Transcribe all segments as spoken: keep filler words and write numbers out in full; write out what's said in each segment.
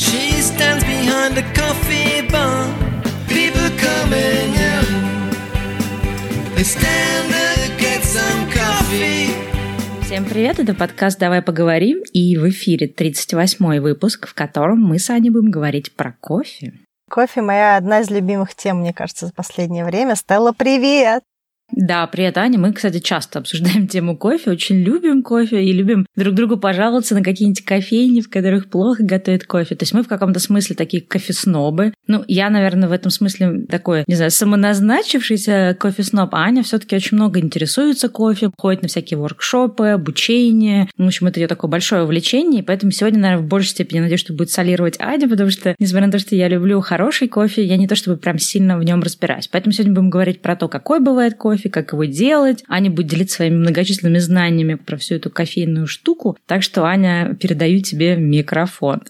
She stands behind a coffee bar. People coming in. They stand to get some coffee. Всем привет, это подкаст «Давай поговорим», и в эфире тридцать восьмой выпуск, в котором мы с Аней будем говорить про кофе. Кофе – моя одна из любимых тем, мне кажется, за последнее время. Стелла, привет! Да, привет, Аня. Мы, кстати, часто обсуждаем тему кофе, очень любим кофе и любим друг другу пожаловаться на какие-нибудь кофейни, в которых плохо готовят кофе. То есть мы в каком-то смысле такие кофеснобы. Ну, я, наверное, в этом смысле такой, не знаю, самоназначившийся кофесноб, а Аня все-таки очень много интересуется кофе, ходит на всякие воркшопы, обучение. В общем, это ее такое большое увлечение, и поэтому сегодня, наверное, в большей степени надеюсь, что будет солировать Аня, потому что, несмотря на то, что я люблю хороший кофе, я не то чтобы прям сильно в нем разбираюсь. Поэтому сегодня будем говорить про то, какой бывает кофе, как его делать. Аня будет делиться своими многочисленными знаниями про всю эту кофейную штуку. Так что, Аня, передаю тебе микрофон.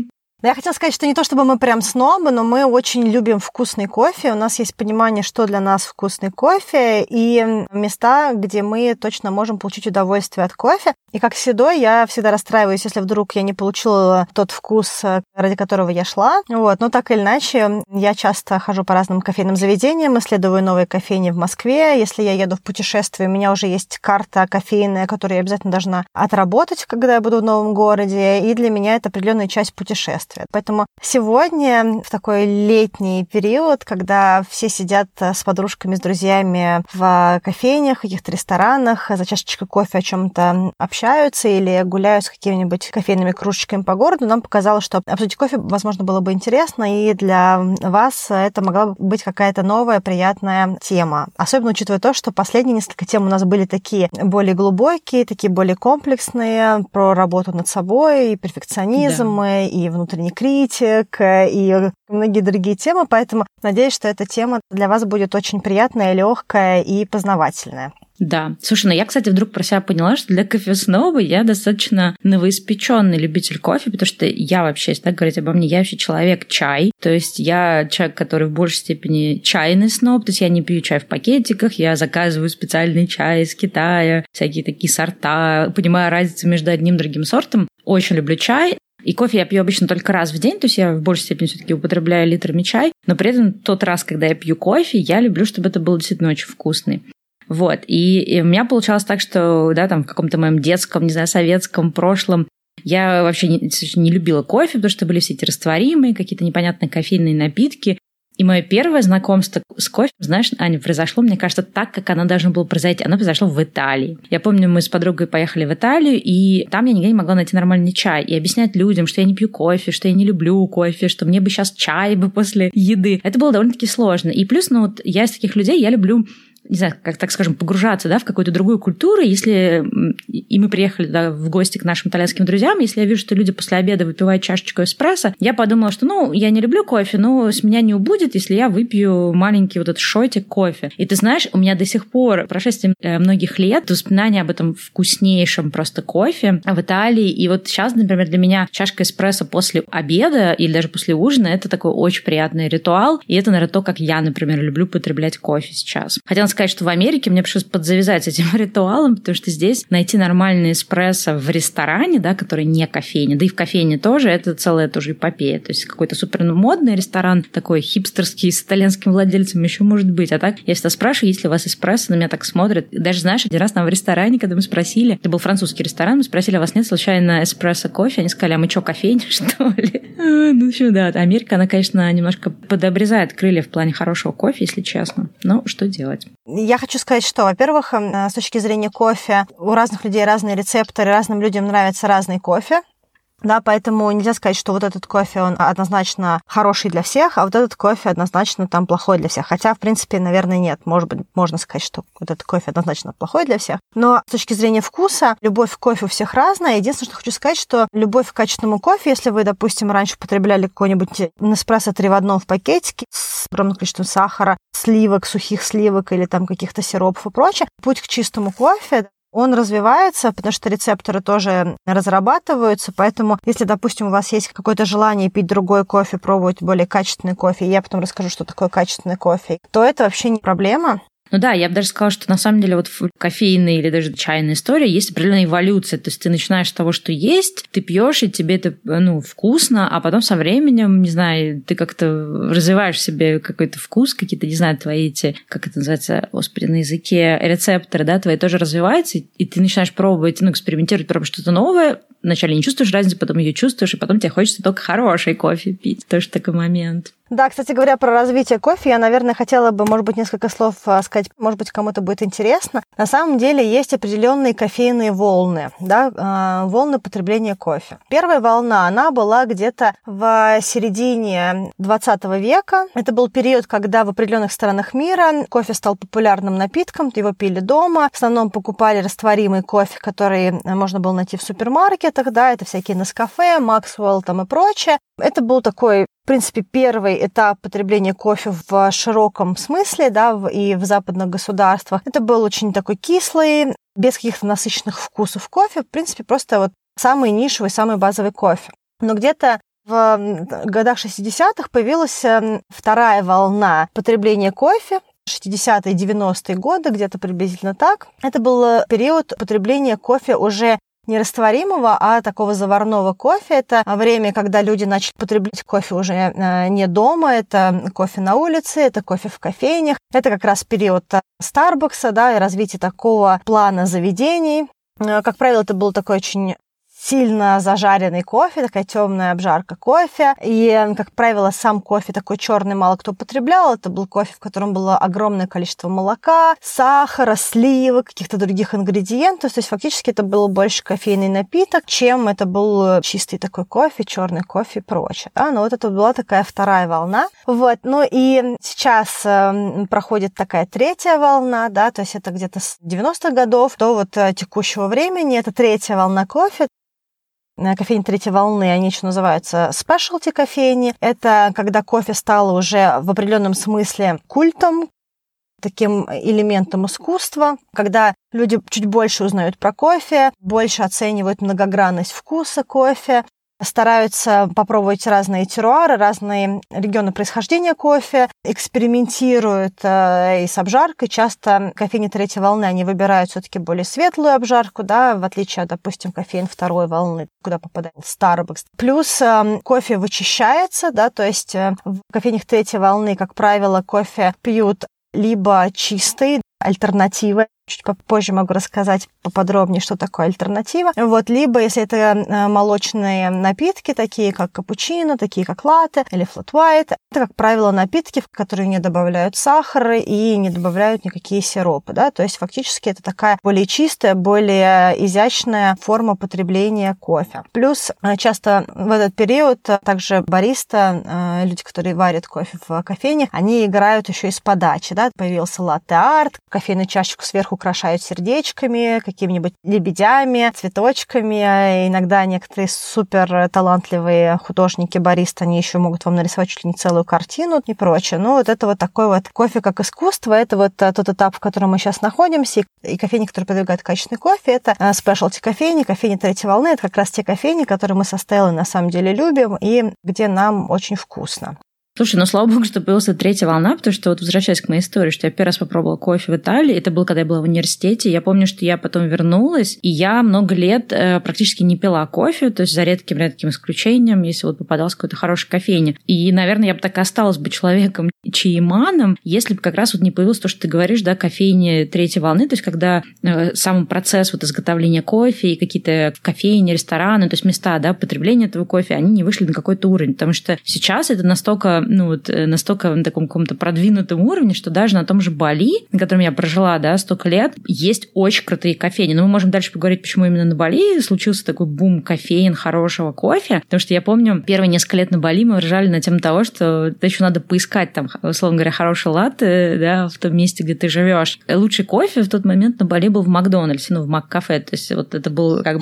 Я хотела сказать, что не то чтобы мы прям снобы, но мы очень любим вкусный кофе. У нас есть понимание, что для нас вкусный кофе, и места, где мы точно можем получить удовольствие от кофе. И как седой я всегда расстраиваюсь, если вдруг я не получила тот вкус, ради которого я шла. Вот. Но так или иначе, я часто хожу по разным кофейным заведениям, исследую новые кофейни в Москве. Если я еду в путешествие, у меня уже есть карта кофейная, которую я обязательно должна отработать, когда я буду в новом городе. И для меня это определенная часть путешествия. Поэтому сегодня, в такой летний период, когда все сидят с подружками, с друзьями в кофейнях, в каких-то ресторанах, за чашечкой кофе о чем-то общаются или гуляют с какими-нибудь кофейными кружечками по городу, нам показалось, что обсудить кофе, возможно, было бы интересно, и для вас это могла бы быть какая-то новая, приятная тема. Особенно учитывая то, что последние несколько тем у нас были такие более глубокие, такие более комплексные, про работу над собой, и перфекционизм, да. и внутренний критик, и многие другие темы, поэтому надеюсь, что эта тема для вас будет очень приятная, легкая и познавательная. Да. Слушай, ну я, кстати, вдруг про себя поняла, что для кофесноба я достаточно новоиспеченный любитель кофе, потому что я вообще, если так говорить обо мне, я вообще человек-чай. То есть я человек, который в большей степени чайный сноб, то есть я не пью чай в пакетиках, я заказываю специальный чай из Китая, всякие такие сорта, понимаю разницу между одним и другим сортом. Очень люблю чай. И кофе я пью обычно только раз в день, то есть я в большей степени все-таки употребляю литрами чай, но при этом тот раз, когда я пью кофе, я люблю, чтобы это был действительно очень вкусный. Вот, и, и у меня получалось так, что, да, там в каком-то моем детском, не знаю, советском прошлом я вообще не, не любила кофе, потому что были все эти растворимые, какие-то непонятные кофейные напитки. И мое первое знакомство с кофе, знаешь, Аня, произошло, мне кажется, так, как оно должно было произойти. Оно произошло в Италии. Я помню, мы с подругой поехали в Италию, и там я нигде не могла найти нормальный чай. И объяснять людям, что я не пью кофе, что я не люблю кофе, что мне бы сейчас чай бы после еды. Это было довольно-таки сложно. И плюс, ну вот я из таких людей, я люблю, не знаю, как так скажем, погружаться, да, в какую-то другую культуру. Если и мы приехали, да, в гости к нашим итальянским друзьям, если я вижу, что люди после обеда выпивают чашечку эспрессо, я подумала, что, ну, я не люблю кофе, но с меня не убудет, если я выпью маленький вот этот шотик кофе. И ты знаешь, у меня до сих пор, прошествием многих лет, воспоминания об этом вкуснейшем просто кофе в Италии. И вот сейчас, например, для меня чашка эспрессо после обеда или даже после ужина — это такой очень приятный ритуал. И это, наверное, то, как я, например, люблю потреблять кофе сейчас. Хотела сказать, что в Америке мне пришлось подзавязать этим ритуалом, потому что здесь найти нормальный эспрессо в ресторане, да, который не кофейня, да и в кофейне тоже, это целая тоже эпопея. То есть какой-то супер модный ресторан, такой хипстерский, с итальянским владельцем еще может быть. А так, я всегда спрашиваю, есть ли у вас эспрессо, на меня так смотрят. Даже, знаешь, один раз там в ресторане, когда мы спросили, это был французский ресторан, мы спросили, а у вас нет случайно эспрессо кофе? Они сказали, а мы что, кофейня, что ли? Ну, еще да, Америка, она, конечно, немножко подобрезает крылья в плане хорошего кофе, если честно. Но что делать? Я хочу сказать, что, во-первых, с точки зрения кофе, у разных людей разные рецепторы, разным людям нравится разный кофе. Да, поэтому нельзя сказать, что вот этот кофе, он однозначно хороший для всех, а вот этот кофе однозначно там плохой для всех. Хотя, в принципе, наверное, нет. Может быть, можно сказать, что вот этот кофе однозначно плохой для всех. Но с точки зрения вкуса, любовь к кофе у всех разная. Единственное, что хочу сказать, что любовь к качественному кофе, если вы, допустим, раньше употребляли какой-нибудь Неспрессо три в одном в пакетике с огромным количеством сахара, сливок, сухих сливок или там каких-то сиропов и прочее, путь к чистому кофе, он развивается, потому что рецепторы тоже разрабатываются, поэтому если, допустим, у вас есть какое-то желание пить другой кофе, пробовать более качественный кофе, и я потом расскажу, что такое качественный кофе, то это вообще не проблема. Ну да, я бы даже сказала, что на самом деле вот в кофейной или даже чайной истории есть определенная эволюция. То есть ты начинаешь с того, что есть, ты пьешь, и тебе это ну, вкусно, а потом со временем, не знаю, ты как-то развиваешь в себе какой-то вкус, какие-то, не знаю, твои эти, как это называется, господи, на языке, рецепторы, да, твои тоже развиваются, и ты начинаешь пробовать, ну, экспериментировать, пробовать что-то новое. Вначале не чувствуешь разницы, потом ее чувствуешь, и потом тебе хочется только хороший кофе пить. Тоже такой момент. Да, кстати говоря, про развитие кофе, я, наверное, хотела бы, может быть, несколько слов сказать, может быть, кому-то будет интересно. На самом деле есть определенные кофейные волны, да, волны потребления кофе. Первая волна, она была где-то в середине двадцатого века. Это был период, когда в определенных странах мира кофе стал популярным напитком, его пили дома. В основном покупали растворимый кофе, который можно было найти в супермаркетах, да, это всякие Нескафе, Максвелл там и прочее. Это был такой, в принципе, первый этап потребления кофе в широком смысле, да, и в западных государствах. Это был очень такой кислый, без каких-то насыщенных вкусов кофе, в принципе, просто вот самый нишевый, самый базовый кофе. Но где-то в годах шестидесятых появилась вторая волна потребления кофе, шестидесятые, девяностые годы, где-то приблизительно так. Это был период потребления кофе уже не растворимого, а такого заварного кофе. Это время, когда люди начали потреблять кофе уже не дома, это кофе на улице, это кофе в кофейнях. Это как раз период Старбакса, да, и развитие такого плана заведений. Как правило, это был такой очень сильно зажаренный кофе, такая темная обжарка кофе. И, как правило, сам кофе такой черный мало кто употреблял. Это был кофе, в котором было огромное количество молока, сахара, сливок, каких-то других ингредиентов. То есть фактически это был больше кофейный напиток, чем это был чистый такой кофе, черный кофе и прочее. Да? Но вот это была такая вторая волна. Вот. Ну и сейчас э, проходит такая третья волна, да, то есть это где-то с девяностых годов до вот текущего времени. Это третья волна кофе. Кофейни третьей волны, они еще называются specialty кофейни. Это когда кофе стал уже в определенном смысле культом, таким элементом искусства, когда люди чуть больше узнают про кофе, больше оценивают многогранность вкуса кофе, стараются попробовать разные теруары, разные регионы происхождения кофе, экспериментируют э, и с обжаркой. Часто кофейни третьей волны, они выбирают все-таки более светлую обжарку, да, в отличие от, допустим, кофеин второй волны, куда попадает Starbucks. Плюс э, кофе вычищается, да, то есть э, в кофейнях третьей волны, как правило, кофе пьют либо чистый, альтернативы. Чуть попозже могу рассказать поподробнее, что такое альтернатива. Вот, либо, если это молочные напитки, такие как капучино, такие как латте или flat white, это, как правило, напитки, в которые не добавляют сахара и не добавляют никакие сиропы. Да? То есть фактически это такая более чистая, более изящная форма потребления кофе. Плюс часто в этот период также бариста, люди, которые варят кофе в кофейне, они играют еще и с подачи. Да? Появился латте-арт, кофейную чашечку сверху украшают сердечками, какими-нибудь лебедями, цветочками. Иногда некоторые супер талантливые художники, баристы, они еще могут вам нарисовать чуть ли не целую картину и прочее. Ну, вот это вот такой вот кофе как искусство. Это вот тот этап, в котором мы сейчас находимся. И кофейни, которые продвигают качественный кофе, это спешлти кофейни, кофейни третьей волны. Это как раз те кофейни, которые мы со Стеллой на самом деле любим и где нам очень вкусно. Слушай, ну, слава богу, что появилась третья волна, потому что, вот возвращаясь к моей истории, что я первый раз попробовала кофе в Италии, это было, когда я была в университете, я помню, что я потом вернулась, и я много лет э, практически не пила кофе, то есть за редким-редким исключением, если вот попадалась какой-то хороший кофейня. И, наверное, я бы так и осталась бы человеком чаеманом, если бы как раз вот не появилось то, что ты говоришь, да, кофейни третьей волны, то есть когда э, сам процесс вот изготовления кофе и какие-то кофейни, рестораны, то есть места, да, потребления этого кофе, они не вышли на какой-то уровень, потому что сейчас это настолько ну, вот, настолько на таком каком-то продвинутом уровне, что даже на том же Бали, на котором я прожила, да, столько лет, есть очень крутые кофейни. Но мы можем дальше поговорить, почему именно на Бали случился такой бум кофеин, хорошего кофе. Потому что я помню, первые несколько лет на Бали мы ржали на тему того, что еще надо поискать там, условно говоря, хороший латте, да, в том месте, где ты живешь. Лучший кофе в тот момент на Бали был в Макдональдсе, ну, в Мак-кафе. То есть вот это был как бы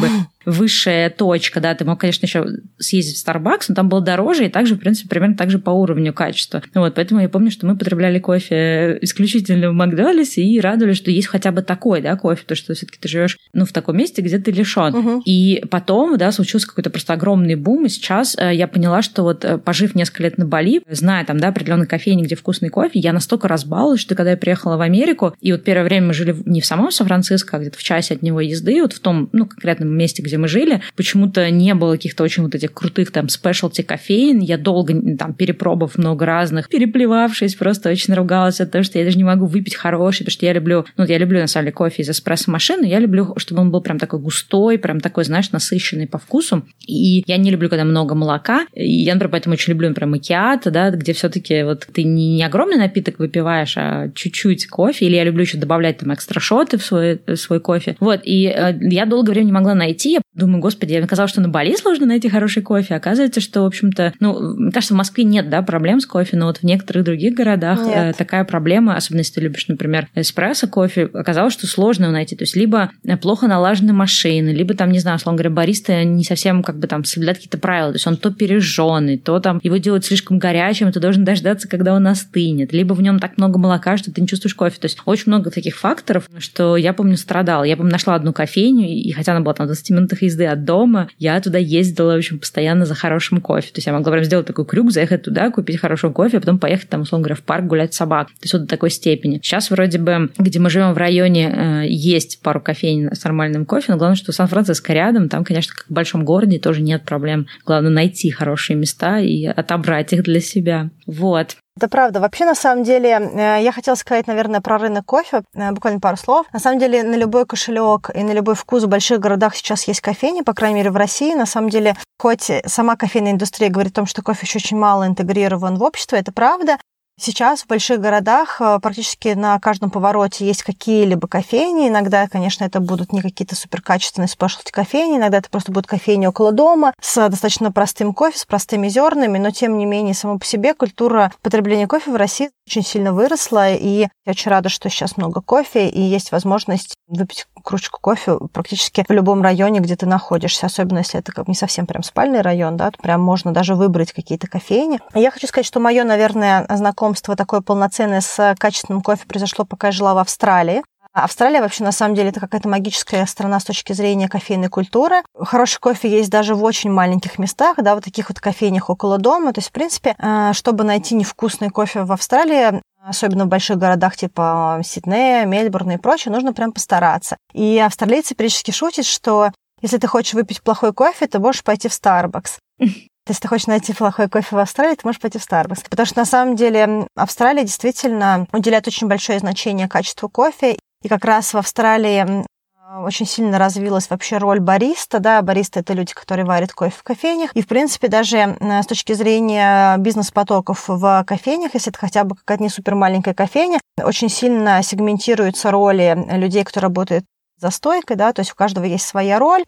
высшая точка, да, ты мог, конечно, еще съездить в Starbucks, но там было дороже, и также, в принципе, примерно так же по уровню качества. Вот, поэтому я помню, что мы потребляли кофе исключительно в Макдональдсе и радовались, что есть хотя бы такой, да, кофе, потому что все-таки ты живешь, ну, в таком месте, где ты лишен. Угу. И потом, да, случился какой-то просто огромный бум, и сейчас э, я поняла, что вот э, пожив несколько лет на Бали, зная там, да, определенные кофейни, где вкусный кофе, я настолько разбаловалась, что когда я приехала в Америку, и вот первое время мы жили не в самом Сан-Франциско, а где-то в часе от него езды, вот в том, ну, конкретном месте, где мы жили, почему-то не было каких-то очень вот этих крутых там спешлти кофеин. Я долго там перепробовав много разных, переплевавшись, просто очень ругалась от того, что я даже не могу выпить хороший, потому что я люблю, ну, я люблю на самом деле кофе из эспрессо-машины, я люблю, чтобы он был прям такой густой, прям такой, знаешь, насыщенный по вкусу. И я не люблю, когда много молока. И я, например, поэтому очень люблю, например, макиато, да, где все-таки вот ты не огромный напиток выпиваешь, а чуть-чуть кофе. Или я люблю еще добавлять там экстра-шоты в свой, в свой кофе. Вот, и э, я долгое время не могла найти. Я думаю, господи, я мне казалось, что на Бали сложно найти хороший кофе. Оказывается, что, в общем-то, ну, мне кажется, в Москве нет, да, проблем с кофе, но вот в некоторых других городах э, такая проблема, особенно если ты любишь, например, эспрессо кофе, оказалось, что сложно его найти. То есть либо плохо налажены машины, либо там, не знаю, условно говоря, бариста не совсем как бы там соблюдает какие-то правила. То есть он то пережженный, то там его делают слишком горячим, и ты должен дождаться, когда он остынет. Либо в нем так много молока, что ты не чувствуешь кофе. То есть очень много таких факторов, что я помню, страдала. Я помню, нашла одну кофейню, и хотя она была там в двадцати минутах езды от дома, я туда ездила, в общем, постоянно за хорошим кофе. То есть я могла прям сделать такой крюк, заехать туда, купить хорошего кофе, а потом поехать там, условно говоря, в парк гулять с собак. То есть вот до такой степени. Сейчас вроде бы, где мы живем в районе, есть пару кофейн с нормальным кофе, но главное, что Сан-Франциско рядом, там, конечно, как в большом городе, тоже нет проблем. Главное найти хорошие места и отобрать их для себя. Вот. Это правда. Вообще, на самом деле, я хотела сказать, наверное, про рынок кофе, буквально пару слов. На самом деле, на любой кошелек и на любой вкус в больших городах сейчас есть кофейни, по крайней мере, в России. На самом деле, хоть сама кофейная индустрия говорит о том, что кофе еще очень мало интегрирован в общество, это правда. Сейчас в больших городах практически на каждом повороте есть какие-либо кофейни. Иногда, конечно, это будут не какие-то суперкачественные спешлти кофейни, иногда это просто будут кофейни около дома с достаточно простым кофе, с простыми зернами, но, тем не менее, само по себе культура потребления кофе в России очень сильно выросла, и я очень рада, что сейчас много кофе, и есть возможность выпить кружечку кофе практически в любом районе, где ты находишься, особенно если это не совсем прям спальный район, да, то прям можно даже выбрать какие-то кофейни. Я хочу сказать, что мое, наверное, знакомство такое полноценное с качественным кофе произошло, пока я жила в Австралии. Австралия вообще, на самом деле, это какая-то магическая страна с точки зрения кофейной культуры. Хороший кофе есть даже в очень маленьких местах, да, вот таких вот кофейнях около дома. То есть, в принципе, чтобы найти невкусный кофе в Австралии, особенно в больших городах типа Сиднея, Мельбурна и прочее, нужно прям постараться. И австралийцы периодически шутят, что если ты хочешь выпить плохой кофе, ты можешь пойти в Starbucks. Если ты хочешь найти плохой кофе в Австралии, ты можешь пойти в Starbucks. Потому что, на самом деле, Австралия действительно уделяет очень большое значение качеству кофе. И как раз в Австралии очень сильно развилась вообще роль бариста. Да? Бариста – это люди, которые варят кофе в кофейнях. И, в принципе, даже с точки зрения бизнес-потоков в кофейнях, если это хотя бы какая-то не супер маленькая кофейня, очень сильно сегментируются роли людей, кто работает за стойкой. Да? То есть у каждого есть своя роль.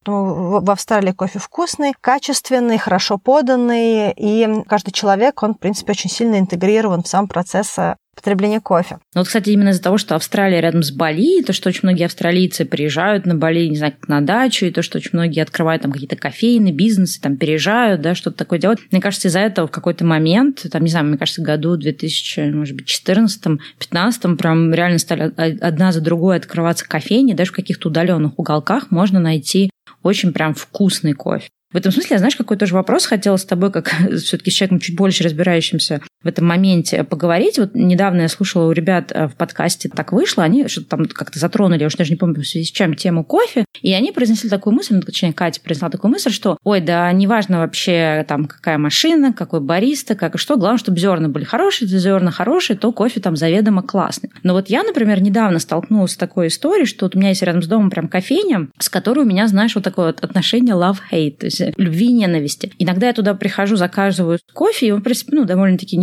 В Австралии кофе вкусный, качественный, хорошо поданный, и каждый человек, он, в принципе, очень сильно интегрирован в сам процесс потребления кофе. Ну вот, кстати, именно из-за того, что Австралия рядом с Бали, то, что очень многие австралийцы приезжают на Бали, не знаю, как на дачу, и то, что очень многие открывают там какие-то кофейны, бизнесы, там переезжают, да, что-то такое делают. Мне кажется, из-за этого в какой-то момент, там, не знаю, мне кажется, в году две тысячи четырнадцатом-пятнадцатом прям реально стали одна за другой открываться кофейни, даже в каких-то удаленных уголках можно найти очень прям вкусный кофе. В этом смысле, я, знаешь, какой тоже вопрос хотела с тобой, как все-таки с человеком чуть больше разбирающимся в этом моменте, поговорить. Вот недавно я слушала у ребят в подкасте «Так вышло», они что-то там как-то затронули, я уж даже не помню, в связи с чем, тему кофе, и они произнесли такую мысль, ну, точнее, Катя произнесла такую мысль, что, ой, да неважно вообще, там, какая машина, какой бариста, как и что, главное, чтобы зерна были хорошие, если зерна хорошие, то кофе там заведомо классный. Но вот я, например, недавно столкнулась с такой историей, что вот у меня есть рядом с домом прям кофейня, с которой у меня, знаешь, вот такое вот отношение love-hate, то есть любви и ненависти. Иногда я туда прихожу, заказываю кофе, и он, в принципе, ну, довольно-таки неплохой,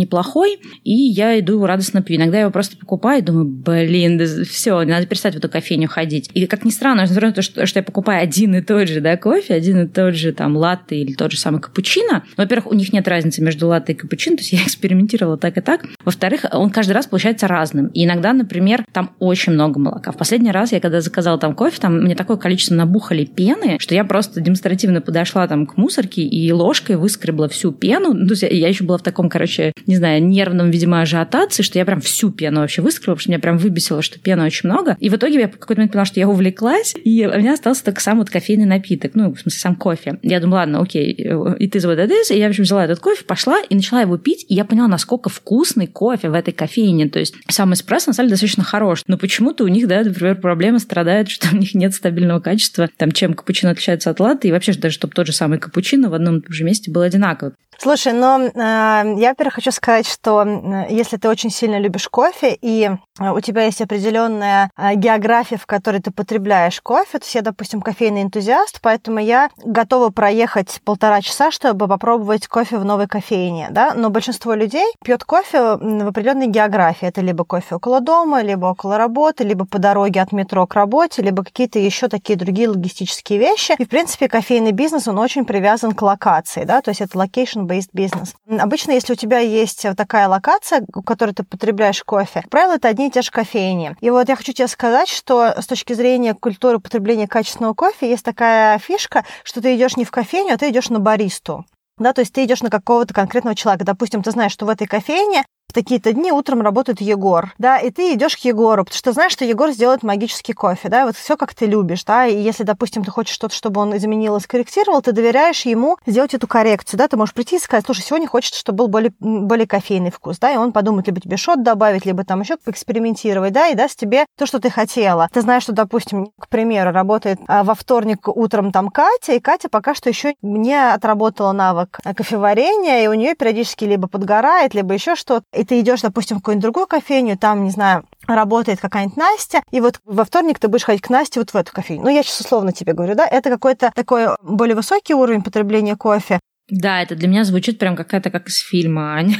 неплохой, и я иду его радостно пью. Иногда я его просто покупаю и думаю, блин, да все, надо перестать в эту кофейню ходить. И как ни странно, несмотря на то, что, что я покупаю один и тот же, да, кофе, один и тот же там латте или тот же самый капучино. Во-первых, у них нет разницы между латте и капучино, то есть я экспериментировала так и так. Во-вторых, он каждый раз получается разным. И иногда, например, там очень много молока. В последний раз я когда заказала там кофе, там мне такое количество набухали пены, что я просто демонстративно подошла там к мусорке и ложкой выскребла всю пену. То есть я еще была в таком, короче, не знаю, нервном, видимо, ажиотации, что я прям всю пену вообще выскребла, потому что меня прям выбесило, что пены очень много. И в итоге я в какой-то момент поняла, что я увлеклась, и у меня остался только сам вот кофейный напиток, ну, в смысле, сам кофе. Я думала, ладно, окей, it is what it is. И я, в общем, взяла этот кофе, пошла и начала его пить, и я поняла, насколько вкусный кофе в этой кофейне. То есть сам эспрессо, на самом деле, достаточно хорош. Но почему-то у них, да, например, проблема страдает, что у них нет стабильного качества, там, чем капучино отличается от латте, и вообще даже, чтобы тот же самый капучино в одном и том же месте был одинаковый. Слушай, но э, я, во-первых, хочу сказать, что э, если ты очень сильно любишь кофе, и э, у тебя есть определенная э, география, в которой ты потребляешь кофе, то есть я, допустим, кофейный энтузиаст, поэтому я готова проехать полтора часа, чтобы попробовать кофе в новой кофейне, да, но большинство людей пьет кофе в определенной географии. Это либо кофе около дома, либо около работы, либо по дороге от метро к работе, либо какие-то еще такие другие логистические вещи. И, в принципе, кофейный бизнес, он очень привязан к локации, да, то есть это location-based business. Обычно, если у тебя есть такая локация, в которой ты потребляешь кофе, как правило, это одни и те же кофейни. И вот я хочу тебе сказать, что с точки зрения культуры потребления качественного кофе есть такая фишка, что ты идешь не в кофейню, а ты идешь на баристу. Да, то есть ты идешь на какого-то конкретного человека. Допустим, ты знаешь, что в этой кофейне в такие-то дни утром работает Егор, да, и ты идешь к Егору, потому что знаешь, что Егор сделает магический кофе, да, вот все как ты любишь, да, и если, допустим, ты хочешь что-то, чтобы он изменил и скорректировал, ты доверяешь ему сделать эту коррекцию, да, ты можешь прийти и сказать, слушай, сегодня хочется, чтобы был более, более кофейный вкус, да, и он подумает, либо тебе шот добавить, либо там еще поэкспериментировать, да, и даст тебе то, что ты хотела. Ты знаешь, что, допустим, к примеру, работает а, во вторник утром там Катя, и Катя пока что еще не отработала навык кофеварения, и у нее периодически либо подгорает, либо еще что-то. И ты идешь, допустим, в какую-нибудь другую кофейню, там, не знаю, работает какая-нибудь Настя, и вот во вторник ты будешь ходить к Насте вот в эту кофейню. Ну, я сейчас условно тебе говорю, да, это какой-то такой более высокий уровень потребления кофе. Да, это для меня звучит прям какая-то как из фильма, Аня.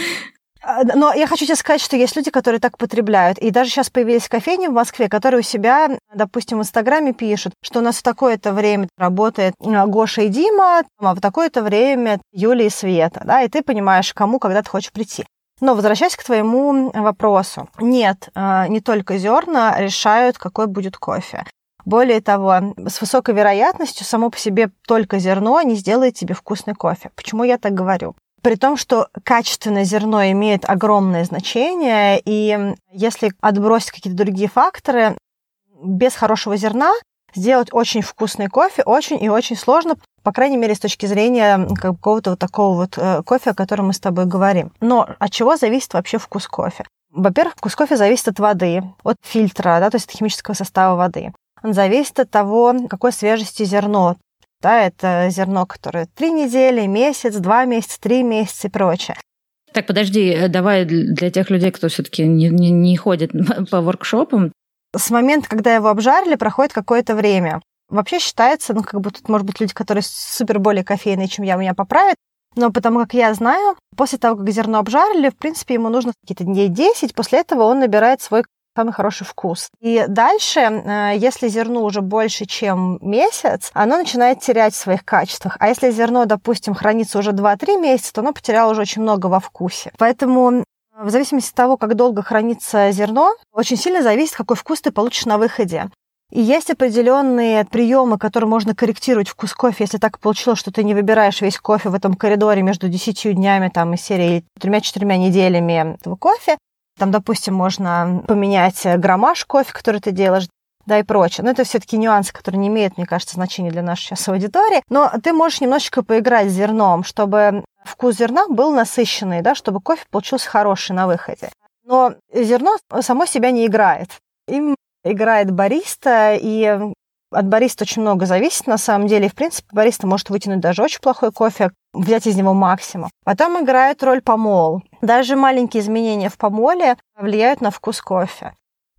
Но я хочу тебе сказать, что есть люди, которые так потребляют. И даже сейчас появились кофейни в Москве, которые у себя, допустим, в Инстаграме пишут, что у нас в такое-то время работает Гоша и Дима, а в такое-то время Юлия и Света. Да? И ты понимаешь, кому когда ты хочешь прийти. Но возвращаясь к твоему вопросу. Нет, не только зерна решают, какой будет кофе. Более того, с высокой вероятностью само по себе только зерно не сделает тебе вкусный кофе. Почему я так говорю? При том, что качественное зерно имеет огромное значение, и если отбросить какие-то другие факторы, без хорошего зерна сделать очень вкусный кофе очень и очень сложно, по крайней мере, с точки зрения какого-то вот такого вот кофе, о котором мы с тобой говорим. Но от чего зависит вообще вкус кофе? Во-первых, вкус кофе зависит от воды, от фильтра, да, то есть от химического состава воды. Он зависит от того, какой свежести зерно. Да, это зерно, которое три недели, месяц, два месяца, три месяца и прочее. Так, подожди, давай для тех людей, кто все-таки не, не, не ходит по воркшопам. С момента, когда его обжарили, проходит какое-то время. Вообще считается, ну, как бы тут, может быть, люди, которые супер более кофейные, чем я, меня поправят, но потому как я знаю, после того, как зерно обжарили, в принципе, ему нужно какие-то дней десять, после этого он набирает свой самый хороший вкус. И дальше, если зерно уже больше, чем месяц, оно начинает терять в своих качествах. А если зерно, допустим, хранится уже два-три месяца, то оно потеряло уже очень много во вкусе. Поэтому в зависимости от того, как долго хранится зерно, очень сильно зависит, какой вкус ты получишь на выходе. И есть определенные приемы, которые можно корректировать вкус кофе, если так получилось, что ты не выбираешь весь кофе в этом коридоре между десятью днями там, из серии тремя-четырьмя неделями этого кофе. Там, допустим, можно поменять граммаж кофе, который ты делаешь, да, и прочее. Но это все-таки нюансы, которые не имеют, мне кажется, значения для нашей сейчас аудитории. Но ты можешь немножечко поиграть с зерном, чтобы вкус зерна был насыщенный, да, чтобы кофе получился хороший на выходе. Но зерно само себя не играет. Им играет бариста, и от бариста очень много зависит на самом деле. И, в принципе, бариста может вытянуть даже очень плохой кофе, взять из него максимум. Потом играет роль помол. Даже маленькие изменения в помоле влияют на вкус кофе.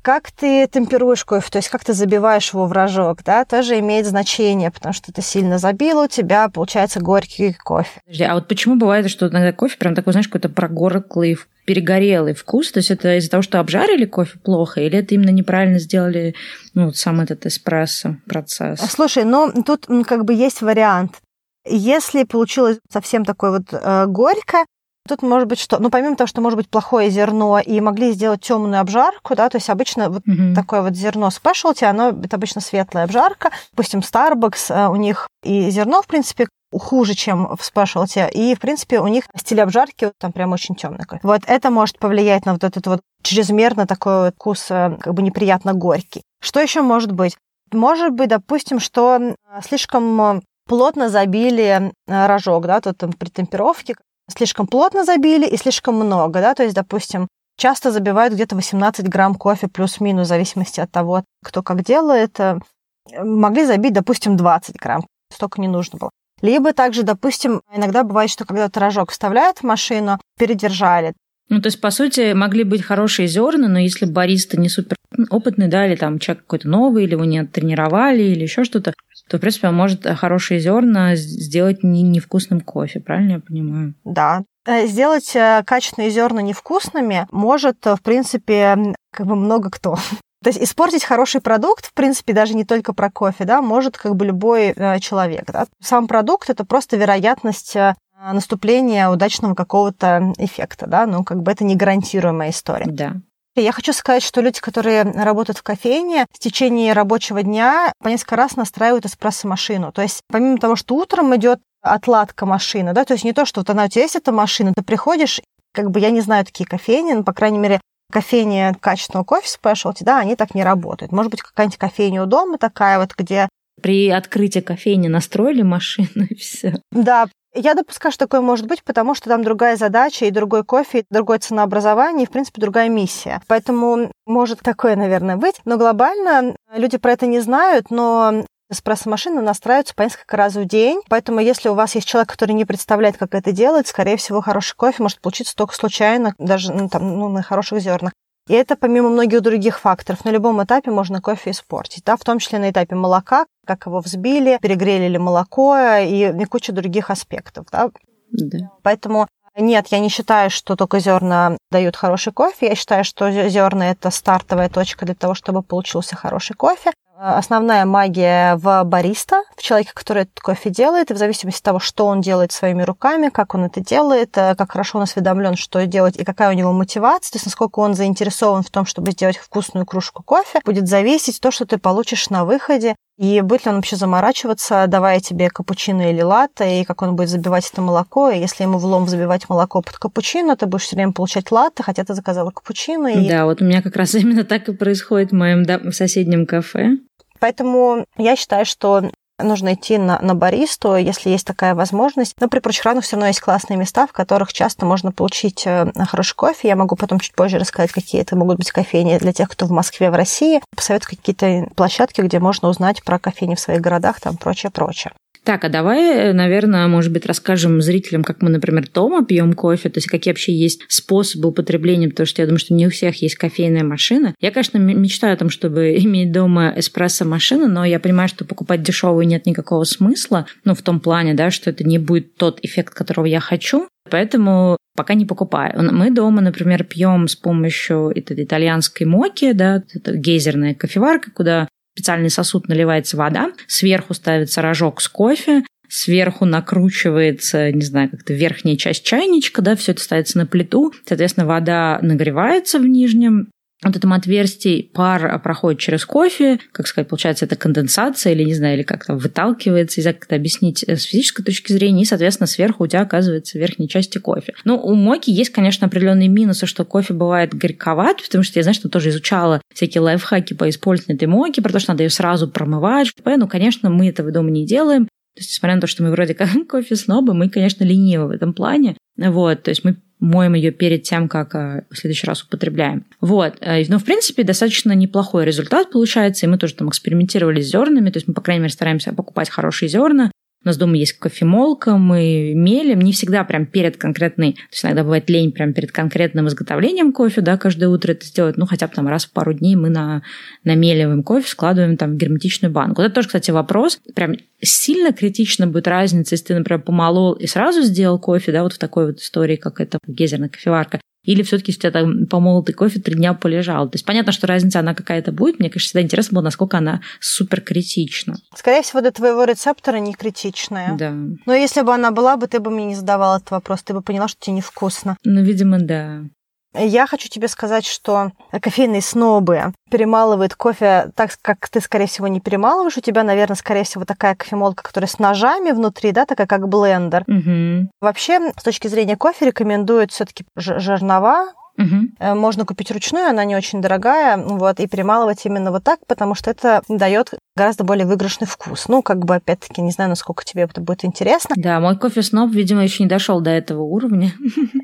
Как ты темперуешь кофе, то есть как ты забиваешь его в рожок, да, тоже имеет значение, потому что ты сильно забил, у тебя получается горький кофе. Подожди, а вот почему бывает, что иногда кофе прям такой, знаешь, какой-то прогорклый, перегорелый вкус? То есть это из-за того, что обжарили кофе плохо, или это именно неправильно сделали, ну, сам этот эспрессо процесс? Слушай, ну, тут как бы есть вариант. Если получилось совсем такое вот э, горько, тут может быть что, ну, помимо того, что может быть плохое зерно, и могли сделать темную обжарку, да, то есть обычно вот mm-hmm. такое вот зерно спешлти, оно, это обычно светлая обжарка. Допустим, Starbucks, у них и зерно, в принципе, хуже, чем в спешлти, и, в принципе, у них стиль обжарки там прям очень темный. Вот это может повлиять на вот этот вот чрезмерно такой вот вкус, как бы неприятно горький. Что еще может быть? Может быть, допустим, что слишком плотно забили рожок, да, тут там при темперовке, слишком плотно забили и слишком много, да, то есть, допустим, часто забивают где-то восемнадцать грамм кофе плюс-минус, в зависимости от того, кто как делает. Могли забить, допустим, двадцать грамм, столько не нужно было. Либо также, допустим, иногда бывает, что когда рожок вставляют в машину, передержали. Ну, то есть, по сути, могли быть хорошие зерна, но если бариста не супер опытный, да, или там человек какой-то новый, или его не оттренировали, или еще что-то, то, в принципе, он может хорошие зерна сделать не, невкусным кофе, правильно я понимаю? Да. Сделать качественные зерна невкусными может, в принципе, как бы много кто. То есть испортить хороший продукт, в принципе, даже не только про кофе, да, может как бы любой человек. Да. Сам продукт – это просто вероятность наступления удачного какого-то эффекта, да, ну, как бы это не гарантируемая история. Да. Я хочу сказать, что люди, которые работают в кофейне, в течение рабочего дня по несколько раз настраивают эспрессо-машину. То есть помимо того, что утром идет отладка машины, да, то есть не то, что вот она у тебя есть, эта машина, ты приходишь, как бы я не знаю такие кофейни, но, по крайней мере, кофейни качественного кофе спешлти, да, они так не работают. Может быть, какая-нибудь кофейня у дома такая вот, где... При открытии кофейни настроили машину и все. Да, я допускаю, что такое может быть, потому что там другая задача, и другой кофе, и другое ценообразование, и, в принципе, другая миссия. Поэтому может такое, наверное, быть. Но глобально люди про это не знают, но эспрессо-машины настраиваются по несколько раз в день. Поэтому если у вас есть человек, который не представляет, как это делать, скорее всего, хороший кофе может получиться только случайно, даже ну, там, ну, на хороших зернах. И это помимо многих других факторов. На любом этапе можно кофе испортить, да, в том числе на этапе молока, как его взбили, перегрели ли молоко и, и куча других аспектов. Да. Да. Поэтому нет, я не считаю, что только зерна дают хороший кофе. Я считаю, что зерна – это стартовая точка для того, чтобы получился хороший кофе. Основная магия в бариста, в человеке, который этот кофе делает, и в зависимости от того, что он делает своими руками, как он это делает, как хорошо он осведомлен, что делать, и какая у него мотивация, то есть насколько он заинтересован в том, чтобы сделать вкусную кружку кофе, будет зависеть то, что ты получишь на выходе, и будет ли он вообще заморачиваться, давая тебе капучино или латте, и как он будет забивать это молоко, и если ему влом забивать молоко под капучино, ты будешь все время получать латте, хотя ты заказала капучино. И... Да, вот у меня как раз именно так и происходит в моем да, в соседнем кафе. Поэтому я считаю, что нужно идти на, на баристу, если есть такая возможность. Но при прочих равных все равно есть классные места, в которых часто можно получить хороший кофе. Я могу потом чуть позже рассказать, какие это могут быть кофейни для тех, кто в Москве, в России. Посоветую какие-то площадки, где можно узнать про кофейни в своих городах, там прочее-прочее. Так, а давай, наверное, может быть, расскажем зрителям, как мы, например, дома пьем кофе, то есть какие вообще есть способы употребления, потому что я думаю, что не у всех есть кофейная машина. Я, конечно, мечтаю о том, чтобы иметь дома эспрессо-машину, но я понимаю, что покупать дешевую нет никакого смысла, ну, в том плане, да, что это не будет тот эффект, которого я хочу, поэтому пока не покупаю. Мы дома, например, пьем с помощью этой итальянской моки, да, это гейзерная кофеварка, куда специальный сосуд наливается вода, сверху ставится рожок с кофе, сверху накручивается, не знаю, как-то верхняя часть чайничка, да, все это ставится на плиту, соответственно, вода нагревается в нижнем вот этом отверстии, пар проходит через кофе, как сказать, получается, это конденсация или, не знаю, или как-то выталкивается, не знаю, как это объяснить с физической точки зрения, и, соответственно, сверху у тебя оказывается в верхней части кофе. Ну, у моки есть, конечно, определенные минусы, что кофе бывает горьковат, потому что я, знаешь, что тоже изучала всякие лайфхаки по использованию этой моки, про то, что надо ее сразу промывать. Ну, конечно, мы этого дома не делаем. То есть, несмотря на то, что мы вроде как кофе-снобы, мы, конечно, ленивы в этом плане. Вот, то есть мы моем ее перед тем, как в следующий раз употребляем. Вот. Но, в принципе, достаточно неплохой результат получается, и мы тоже там экспериментировали с зернами, то есть мы, по крайней мере, стараемся покупать хорошие зерна. У нас дома есть кофемолка, мы мелим, не всегда прям перед конкретной, то есть иногда бывает лень прям перед конкретным изготовлением кофе, да, каждое утро это сделать, ну, хотя бы там раз в пару дней мы на, намеливаем кофе, складываем там в герметичную банку. Вот это тоже, кстати, вопрос. Прям сильно критично будет разница, если ты, например, помолол и сразу сделал кофе, да, вот в такой вот истории, как это гейзерная кофеварка, или все-таки, если у тебя там помолотый кофе три дня полежал. То есть понятно, что разница она какая-то будет. Мне, конечно, всегда интересно было, насколько она супер критична. Скорее всего, до твоего рецептора не критичная. Да. Но если бы она была бы, ты бы мне не задавала этот вопрос, ты бы поняла, что тебе невкусно. Ну, видимо, да. Я хочу тебе сказать, что кофейные снобы перемалывают кофе так, как ты, скорее всего, не перемалываешь. У тебя, наверное, скорее всего, такая кофемолка, которая с ножами внутри, да, такая как блендер. Угу. Вообще, с точки зрения кофе, рекомендуют все-таки жернова. Угу. Можно купить ручную, она не очень дорогая, вот, и перемалывать именно вот так, потому что это дает гораздо более выигрышный вкус. Ну, как бы, опять-таки, не знаю, насколько тебе это будет интересно. Да, мой кофе-сноб, видимо, еще не дошел до этого уровня.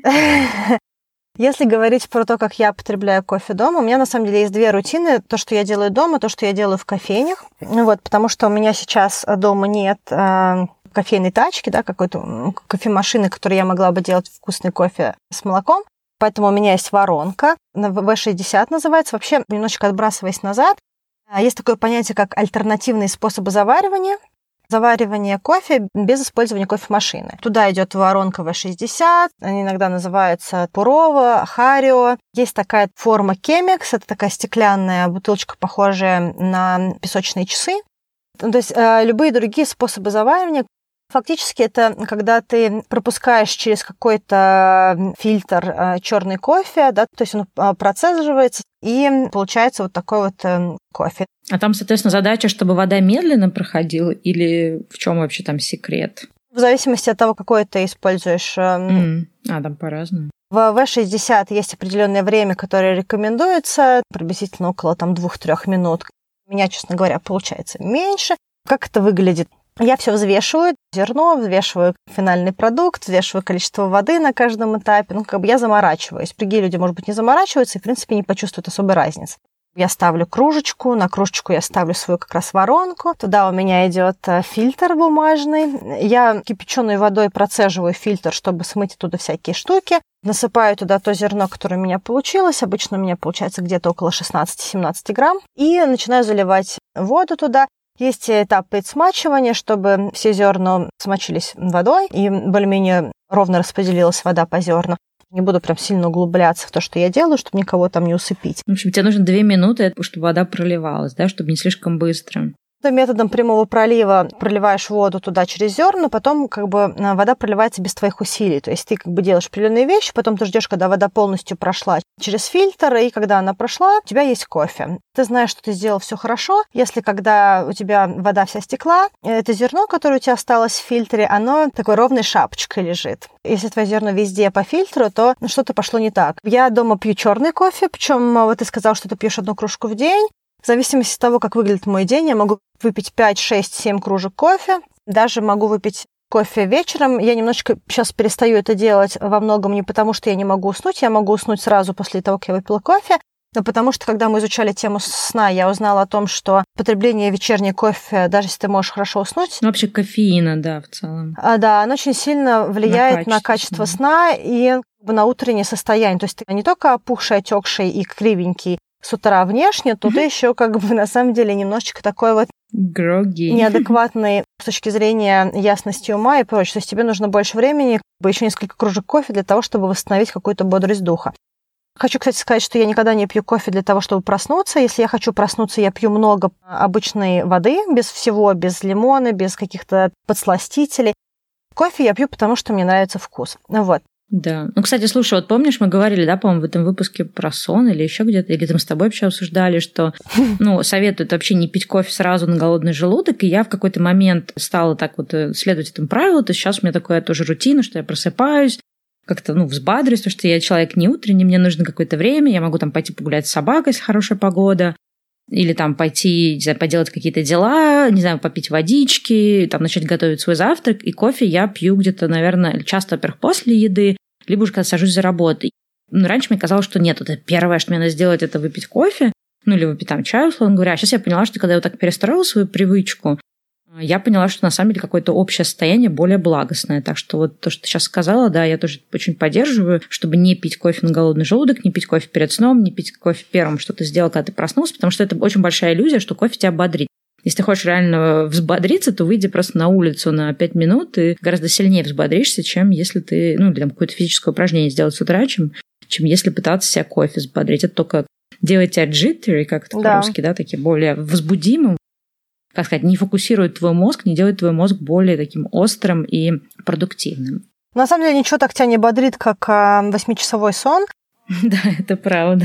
Если говорить про то, как я потребляю кофе дома, у меня на самом деле есть две рутины. То, что я делаю дома, то, что я делаю в кофейнях. Вот, потому что у меня сейчас дома нет э, кофейной тачки, да, какой-то кофемашины, которой я могла бы делать вкусный кофе с молоком. Поэтому у меня есть воронка. вэ шестьдесят называется. Вообще, немножечко отбрасываясь назад, есть такое понятие, как альтернативные способы заваривания. Заваривание кофе без использования кофемашины. Туда идет воронка вэ шестьдесят, они иногда называются Пурова, Харио. Есть такая форма Кемекс, это такая стеклянная бутылочка, похожая на песочные часы. То есть любые другие способы заваривания. Фактически это когда ты пропускаешь через какой-то фильтр черный кофе, да, то есть он процеживается, и получается вот такой вот кофе. А там, соответственно, задача, чтобы вода медленно проходила, или в чем вообще там секрет? В зависимости от того, какой ты используешь. Mm. А, там по-разному. В вэ шестьдесят есть определенное время, которое рекомендуется, приблизительно около там двух-трех минут. У меня, честно говоря, получается меньше. Как это выглядит? Я все взвешиваю, зерно, взвешиваю финальный продукт, взвешиваю количество воды на каждом этапе. Ну, как бы я заморачиваюсь. Другие люди, может быть, не заморачиваются и, в принципе, не почувствуют особой разницы. Я ставлю кружечку, на кружечку я ставлю свою как раз воронку. Туда у меня идет фильтр бумажный. Я кипяченой водой процеживаю фильтр, чтобы смыть оттуда всякие штуки. Насыпаю туда то зерно, которое у меня получилось. Обычно у меня получается где-то около шестнадцать-семнадцать грамм. И начинаю заливать воду туда. Есть этап смачивания, чтобы все зерна смочились водой и более-менее ровно распределилась вода по зерну. Не буду прям сильно углубляться в то, что я делаю, чтобы никого там не усыпить. В общем, тебе нужно две минуты, чтобы вода проливалась, да, чтобы не слишком быстро. Методом прямого пролива проливаешь воду туда через зерна, потом как бы вода проливается без твоих усилий. То есть ты как бы делаешь определенные вещи, потом ты ждешь, когда вода полностью прошла через фильтр, и когда она прошла, у тебя есть кофе. Ты знаешь, что ты сделал все хорошо. Если когда у тебя вода вся стекла, это зерно, которое у тебя осталось в фильтре, оно такой ровной шапочкой лежит. Если твое зерно везде по фильтру, то что-то пошло не так. Я дома пью черный кофе, причем вот ты сказал, что ты пьешь одну кружку в день. В зависимости от того, как выглядит мой день, я могу выпить пять, шесть, семь кружек кофе. Даже могу выпить кофе вечером. Я немножечко сейчас перестаю это делать во многом не потому, что я не могу уснуть. Я могу уснуть сразу после того, как я выпила кофе. Но потому что, когда мы изучали тему сна, я узнала о том, что потребление вечернего кофе, даже если ты можешь хорошо уснуть... Ну, вообще кофеина, да, в целом. А, да, оно очень сильно влияет на качество, на качество сна. сна и на утреннее состояние. То есть ты не только опухший, отекший и кривенький с утра внешне, то ты еще как бы на самом деле немножечко такой вот Гроги. неадекватный с точки зрения ясности ума и прочее. То есть тебе нужно больше времени, еще несколько кружек кофе для того, чтобы восстановить какую-то бодрость духа. Хочу, кстати, сказать, что я никогда не пью кофе для того, чтобы проснуться. Если я хочу проснуться, я пью много обычной воды, без всего, без лимона, без каких-то подсластителей. Кофе я пью, потому что мне нравится вкус. Вот. Да. Ну, кстати, слушай, вот помнишь, мы говорили, да, по-моему, в этом выпуске про сон или еще где-то, или там с тобой вообще обсуждали, что, ну, советуют вообще не пить кофе сразу на голодный желудок, и я в какой-то момент стала так вот следовать этому правилу, то сейчас у меня такая тоже рутина, что я просыпаюсь, как-то, ну, взбадрюсь, потому что я человек не утренний, мне нужно какое-то время, я могу там пойти погулять с собакой, если хорошая погода, или там пойти, не знаю, поделать какие-то дела, не знаю, попить водички, там начать готовить свой завтрак, и кофе я пью где-то, наверное, часто, во-первых, после еды, либо уже когда сажусь за работой. Ну, раньше мне казалось, что нет, это первое, что мне надо сделать, это выпить кофе, ну, или выпить там чай, условно говоря. А сейчас я поняла, что когда я вот так перестроила свою привычку, я поняла, что на самом деле какое-то общее состояние более благостное. Так что вот то, что ты сейчас сказала, да, я тоже очень поддерживаю, чтобы не пить кофе на голодный желудок, не пить кофе перед сном, не пить кофе первым, что ты сделал, когда ты проснулся, потому что это очень большая иллюзия, что кофе тебя бодрит. Если ты хочешь реально взбодриться, то выйди просто на улицу на пять минут и гораздо сильнее взбодришься, чем если ты, ну, или там какое-то физическое упражнение сделать с утра, чем, чем если пытаться себя кофе взбодрить. Это только делает тебя jittery, как это да. по-русски, да, такие более возбудимым. Как сказать, не фокусирует твой мозг, не делает твой мозг более таким острым и продуктивным. На самом деле ничего так тебя не бодрит, как восьмичасовой сон. Да, это правда.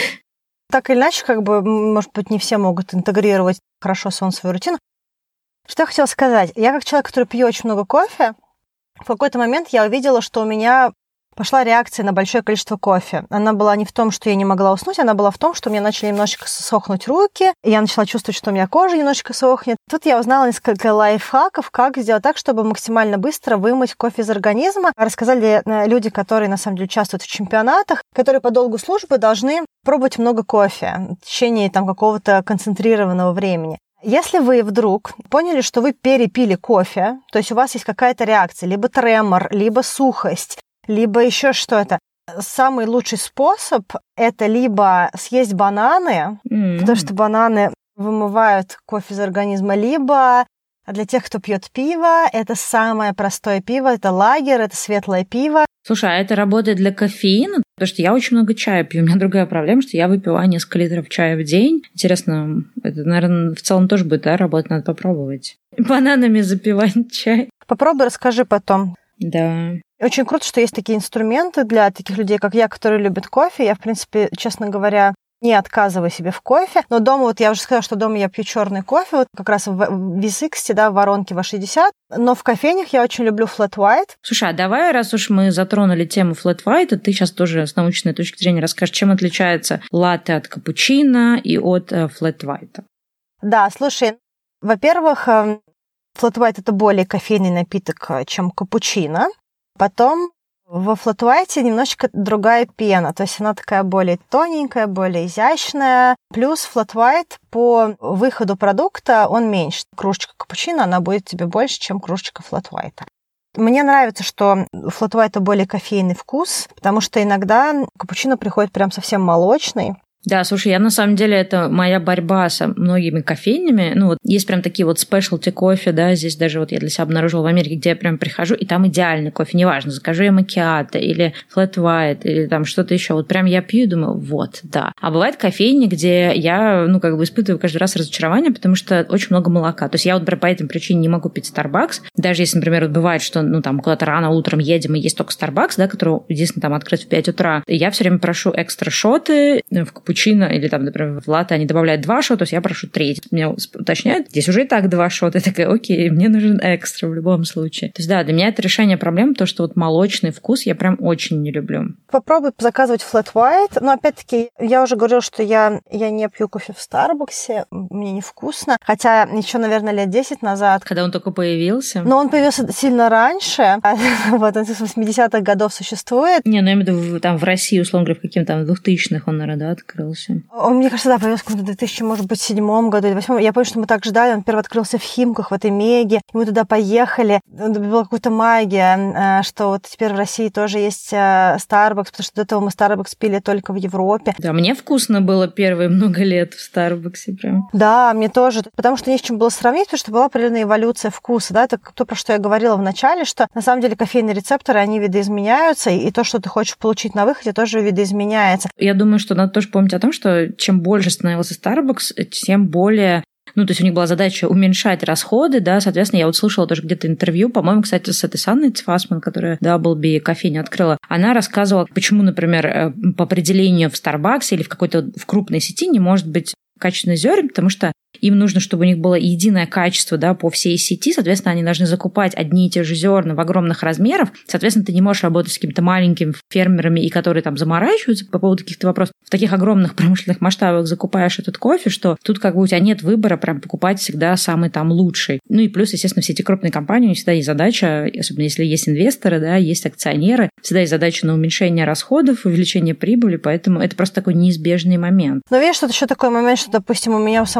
Так или иначе, как бы, может быть, не все могут интегрировать хорошо сон в свою рутину. Что я хотела сказать? Я как человек, который пьет очень много кофе, в какой-то момент я увидела, что у меня пошла реакция на большое количество кофе. Она была не в том, что я не могла уснуть, она была в том, что у меня начали немножечко сохнуть руки, и я начала чувствовать, что у меня кожа немножечко сохнет. Тут я узнала несколько лайфхаков, как сделать так, чтобы максимально быстро вымыть кофе из организма. Рассказали люди, которые, на самом деле, участвуют в чемпионатах, которые по долгу службы должны пробовать много кофе в течение там, какого-то концентрированного времени. Если вы вдруг поняли, что вы перепили кофе, то есть у вас есть какая-то реакция, либо тремор, либо сухость, либо еще что-то. Самый лучший способ – это либо съесть бананы, mm-hmm. потому что бананы вымывают кофе из организма, либо для тех, кто пьет пиво, это самое простое пиво, это лагер, это светлое пиво. Слушай, а это работает для кофеина? Потому что я очень много чая пью. У меня другая проблема, что я выпиваю несколько литров чая в день. Интересно, это, наверное, в целом тоже будет, да, работать? Надо попробовать. Бананами запивать чай. Попробуй, расскажи потом. Да. Очень круто, что есть такие инструменты для таких людей, как я, которые любят кофе. Я, в принципе, честно говоря, не отказываю себе в кофе. Но дома, вот я уже сказала, что дома я пью черный кофе, вот как раз в ви шестьдесят, да, в воронке ви шестьдесят. Но в кофейнях я очень люблю flat white. Слушай, а давай, раз уж мы затронули тему flat white, ты сейчас тоже с научной точки зрения расскажешь, чем отличается латте от капучино и от flat white. Да, слушай, во-первых, flat white – это более кофейный напиток, чем капучино. Потом во flat white немножечко другая пена, то есть она такая более тоненькая, более изящная. Плюс flat white по выходу продукта он меньше. Кружечка капучино, она будет тебе больше, чем кружечка flat white. Мне нравится, что у flat white более кофейный вкус, потому что иногда капучино приходит прям совсем молочный. Да, слушай, я на самом деле, это моя борьба со многими кофейнями. Ну, вот есть прям такие вот specialty кофе, да, здесь даже вот я для себя обнаружила в Америке, где я прям прихожу, и там идеальный кофе, неважно, закажу я макиато или flat white, или там что-то еще. Вот прям я пью и думаю, вот, да. А бывает кофейни, где я, ну, как бы испытываю каждый раз разочарование, потому что очень много молока. То есть я вот по этой причине не могу пить Starbucks. Даже если, например, вот бывает, что, ну, там, куда-то рано утром едем, и есть только Starbucks, да, который, единственное, там, открыт в пять утра, и я все время прошу экстра шоты в капучино, или там, например, в латте они добавляют два шота, то есть я прошу третий. Меня уточняют, здесь уже и так два шота. Я такая, окей, мне нужен экстра в любом случае. То есть да, для меня это решение проблем, то, что вот молочный вкус я прям очень не люблю. Попробуй заказывать flat white, но опять-таки я уже говорила, что я, я не пью кофе в Старбаксе, мне невкусно. Хотя еще, наверное, лет десять назад. Когда он только появился. Но он появился сильно раньше. Вот он с восьмидесятых годов существует. Не, ну я имею в виду, там в России, условно говоря, в каким-то там двухтысячных он, наверное, да, открылся. Он, мне кажется, да, появился в каком-то две тысячи, может быть, седьмом году или восьмом. Я помню, что мы так ждали. Он первый открылся в Химках, в этой Меге. И мы туда поехали. Была какая-то магия, что вот теперь в России тоже есть Starbucks, потому что до этого мы Starbucks пили только в Европе. Да, мне вкусно было первые много лет в Старбаксе прям. Да, мне тоже. Потому что не с чем было сравнить, потому что была определенная эволюция вкуса. Да? Это то, про что я говорила в начале, что на самом деле кофейные рецепторы, они видоизменяются, и то, что ты хочешь получить на выходе, тоже видоизменяется. Я думаю, что надо тоже помнить о том, что чем больше становился Starbucks, тем более... Ну, то есть у них была задача уменьшать расходы, да, соответственно, я вот слушала тоже где-то интервью, по-моему, кстати, с этой Санной Цфасман, которая Даблби кофейню открыла. Она рассказывала, почему, например, по определению в Starbucks или в какой-то в крупной сети не может быть качественных зерен, потому что им нужно, чтобы у них было единое качество, да, по всей сети, соответственно, они должны закупать одни и те же зерна в огромных размерах, соответственно, ты не можешь работать с какими-то маленькими фермерами, и которые там заморачиваются по поводу каких-то вопросов. В таких огромных промышленных масштабах закупаешь этот кофе, что тут как бы у тебя нет выбора прям покупать всегда самый там лучший. Ну и плюс, естественно, все эти крупные компании, у них всегда есть задача, особенно если есть инвесторы, да, есть акционеры, всегда есть задача на уменьшение расходов, увеличение прибыли, поэтому это просто такой неизбежный момент. Но видишь, тут еще такой момент, что, допустим, у меня у самой произошло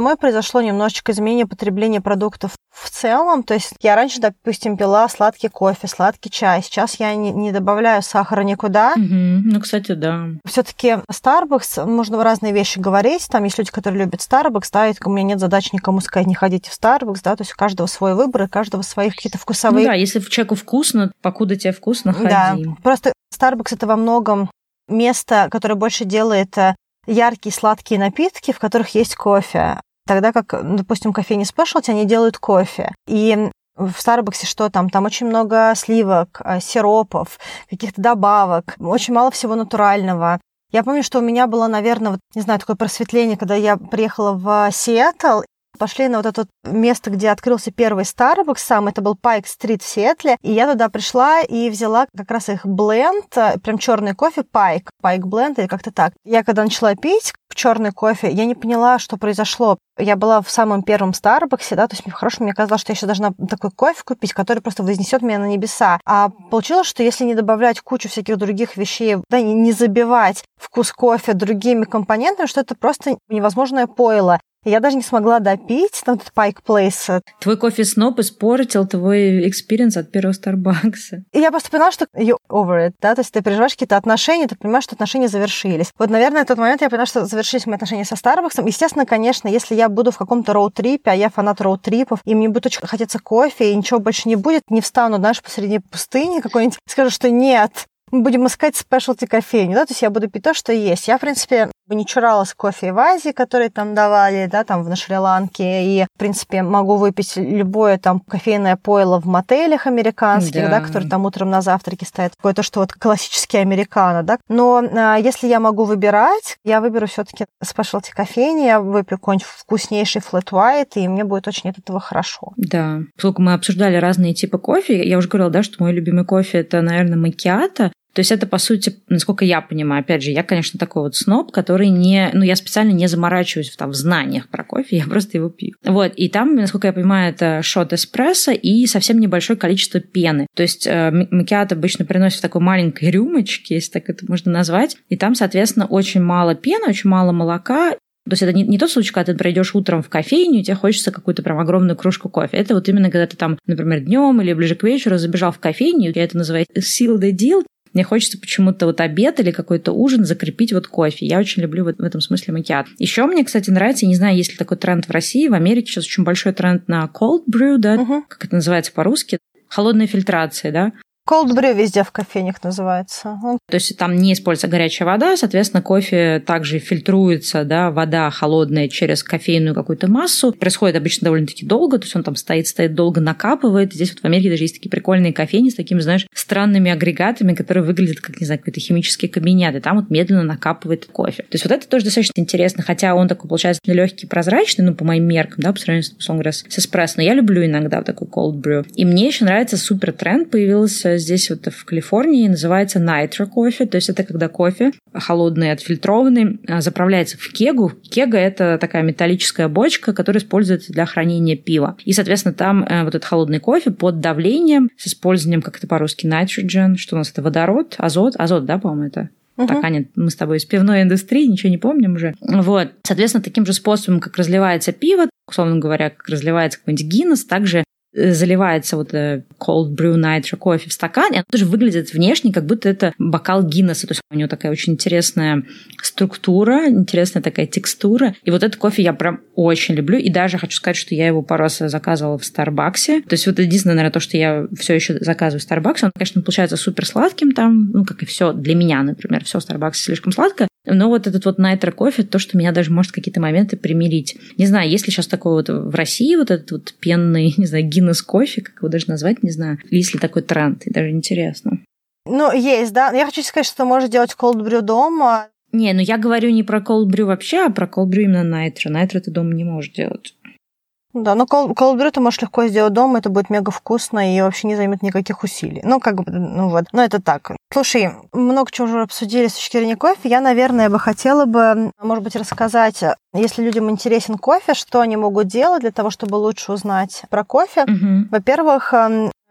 произошло немножечко изменение потребления продуктов в целом. То есть я раньше, допустим, пила сладкий кофе, сладкий чай. Сейчас я не, не добавляю сахара никуда. Угу. Ну, кстати, да. Все-таки Starbucks, можно разные вещи говорить. Там есть люди, которые любят Starbucks, да, и у меня нет задачи никому сказать, не ходите в Starbucks, да, то есть у каждого свой выбор, и у каждого своих какие-то вкусовые... Ну да, если в человеку вкусно, покуда тебе вкусно, ходи. Да, просто Starbucks — это во многом место, которое больше делает яркие сладкие напитки, в которых есть кофе. Тогда как, допустим, кофейни Specialty, они делают кофе. И в Starbucks что там? Там очень много сливок, сиропов, каких-то добавок, очень мало всего натурального. Я помню, что у меня было, наверное, вот, не знаю, такое просветление, когда я приехала в Сиэтл, пошли на вот это вот место, где открылся первый Starbucks сам, это был Пайк-стрит в Сиэтле, и я туда пришла и взяла как раз их бленд, прям черный кофе, Пайк, Пайк бленд или как-то так. Я когда начала пить черный кофе, я не поняла, что произошло. Я была в самом первом Старбаксе, да, то есть хорошо, мне казалось, что я сейчас должна такой кофе купить, который просто вознесет меня на небеса. А получилось, что если не добавлять кучу всяких других вещей, да, не забивать вкус кофе другими компонентами, что это просто невозможное пойло. Я даже не смогла допить там этот Pike Place. Твой кофе-сноб испортил твой экспириенс от первого Старбакса. И я просто поняла, что you over it, да, то есть ты переживаешь какие-то отношения, ты понимаешь, что отношения завершились. Вот, наверное, в тот момент я поняла, что завершились мои отношения со Старбаксом. Естественно, конечно, если я буду в каком-то роуд-трипе, а я фанат роуд-трипов, и мне будет очень хотеться кофе, и ничего больше не будет, не встану, знаешь, посреди пустыни какой-нибудь, скажу, что нет, мы будем искать спешлти кофейню, да, то есть я буду пить то, что есть. Я, в принципе, не чуралась кофе в Азии, которые там давали, да, там на Шри-Ланке, и, в принципе, могу выпить любое там кофейное пойло в мотелях американских, да, да которые там утром на завтраке стоят, какое-то, что вот классический американо, да. Но а, если я могу выбирать, я выберу все-таки спешлти кофейни, я выпью какой-нибудь вкуснейший flat white, и мне будет очень от этого хорошо. Да. Поскольку мы обсуждали разные типы кофе, я уже говорила, да, что мой любимый кофе — это, наверное, макиато. То есть это, по сути, насколько я понимаю, опять же, я, конечно, такой вот сноб, который не... Ну, я специально не заморачиваюсь в, там, в знаниях про кофе, я просто его пью. Вот, и там, насколько я понимаю, это шот эспрессо и совсем небольшое количество пены. То есть э, макиато обычно приносят в такой маленькой рюмочке, если так это можно назвать, и там, соответственно, очень мало пены, очень мало молока. То есть это не, не тот случай, когда ты придешь утром в кофейню, и тебе хочется какую-то прям огромную кружку кофе. Это вот именно когда ты там, например, днем или ближе к вечеру забежал в кофейню, я это называю seal the deal. Мне хочется почему-то вот обед или какой-то ужин закрепить вот кофе. Я очень люблю в этом смысле макиато. Еще мне, кстати, нравится, я не знаю, есть ли такой тренд в России, в Америке сейчас очень большой тренд на cold brew, да, uh-huh. как это называется по-русски, холодная фильтрация, да. Cold brew везде в кофейнях называется. То есть там не используется горячая вода, соответственно, кофе также фильтруется, да, вода холодная через кофейную какую-то массу. Происходит обычно довольно-таки долго, то есть он там стоит, стоит долго, накапывает. Здесь вот в Америке даже есть такие прикольные кофейни с такими, знаешь, странными агрегатами, которые выглядят как, не знаю, какой-то химический кабинет, и там вот медленно накапывает кофе. То есть вот это тоже достаточно интересно, хотя он такой, получается, легкий, прозрачный, ну, по моим меркам, да, по сравнению с, условно говоря, с эспрессо. Но я люблю иногда вот такой cold brew. И мне еще нравится супер тренд появился здесь вот в Калифорнии, называется nitro кофе, то есть это когда кофе холодный, отфильтрованный, заправляется в кегу. Кега — это такая металлическая бочка, которая используется для хранения пива. И, соответственно, там вот этот холодный кофе под давлением с использованием, как это по-русски, nitrogen, что у нас это водород, азот, азот, да, по-моему, это? Uh-huh. Так, Аня, мы с тобой из пивной индустрии, ничего не помним уже. Вот. Соответственно, таким же способом, как разливается пиво, условно говоря, как разливается какой-нибудь Гиннес, также заливается вот cold brew nitro кофе в стакан, и оно тоже выглядит внешне, как будто это бокал Гиннесса. То есть у него такая очень интересная структура, интересная такая текстура. И вот этот кофе я прям очень люблю. И даже хочу сказать, что я его пару раз заказывала в Старбаксе. То есть вот единственное, наверное, то, что я все еще заказываю в Старбаксе, он, конечно, получается супер сладким там, ну, как и все для меня, например, все в Старбаксе слишком сладко. Но вот этот вот найтро кофе, то, что меня даже может в какие-то моменты примирить. Не знаю, есть ли сейчас такой вот в России вот этот вот пенный, не знаю, Гиннес кофе, как его даже назвать, не знаю. Есть ли такой тренд, и даже интересно. Ну, есть, да. Я хочу сказать, что ты можешь делать cold brew дома. Не, ну я говорю не про cold brew вообще, а про cold brew именно найтро. Найтро ты дома не можешь делать. Да, но cold brew ты можешь легко сделать дома, это будет мега вкусно и вообще не займет никаких усилий. Ну, как бы, ну вот, но это так. Слушай, много чего уже обсудили с точки зрения кофе. Я, наверное, бы хотела бы, может быть, рассказать, если людям интересен кофе, что они могут делать для того, чтобы лучше узнать про кофе. Угу. Во-первых,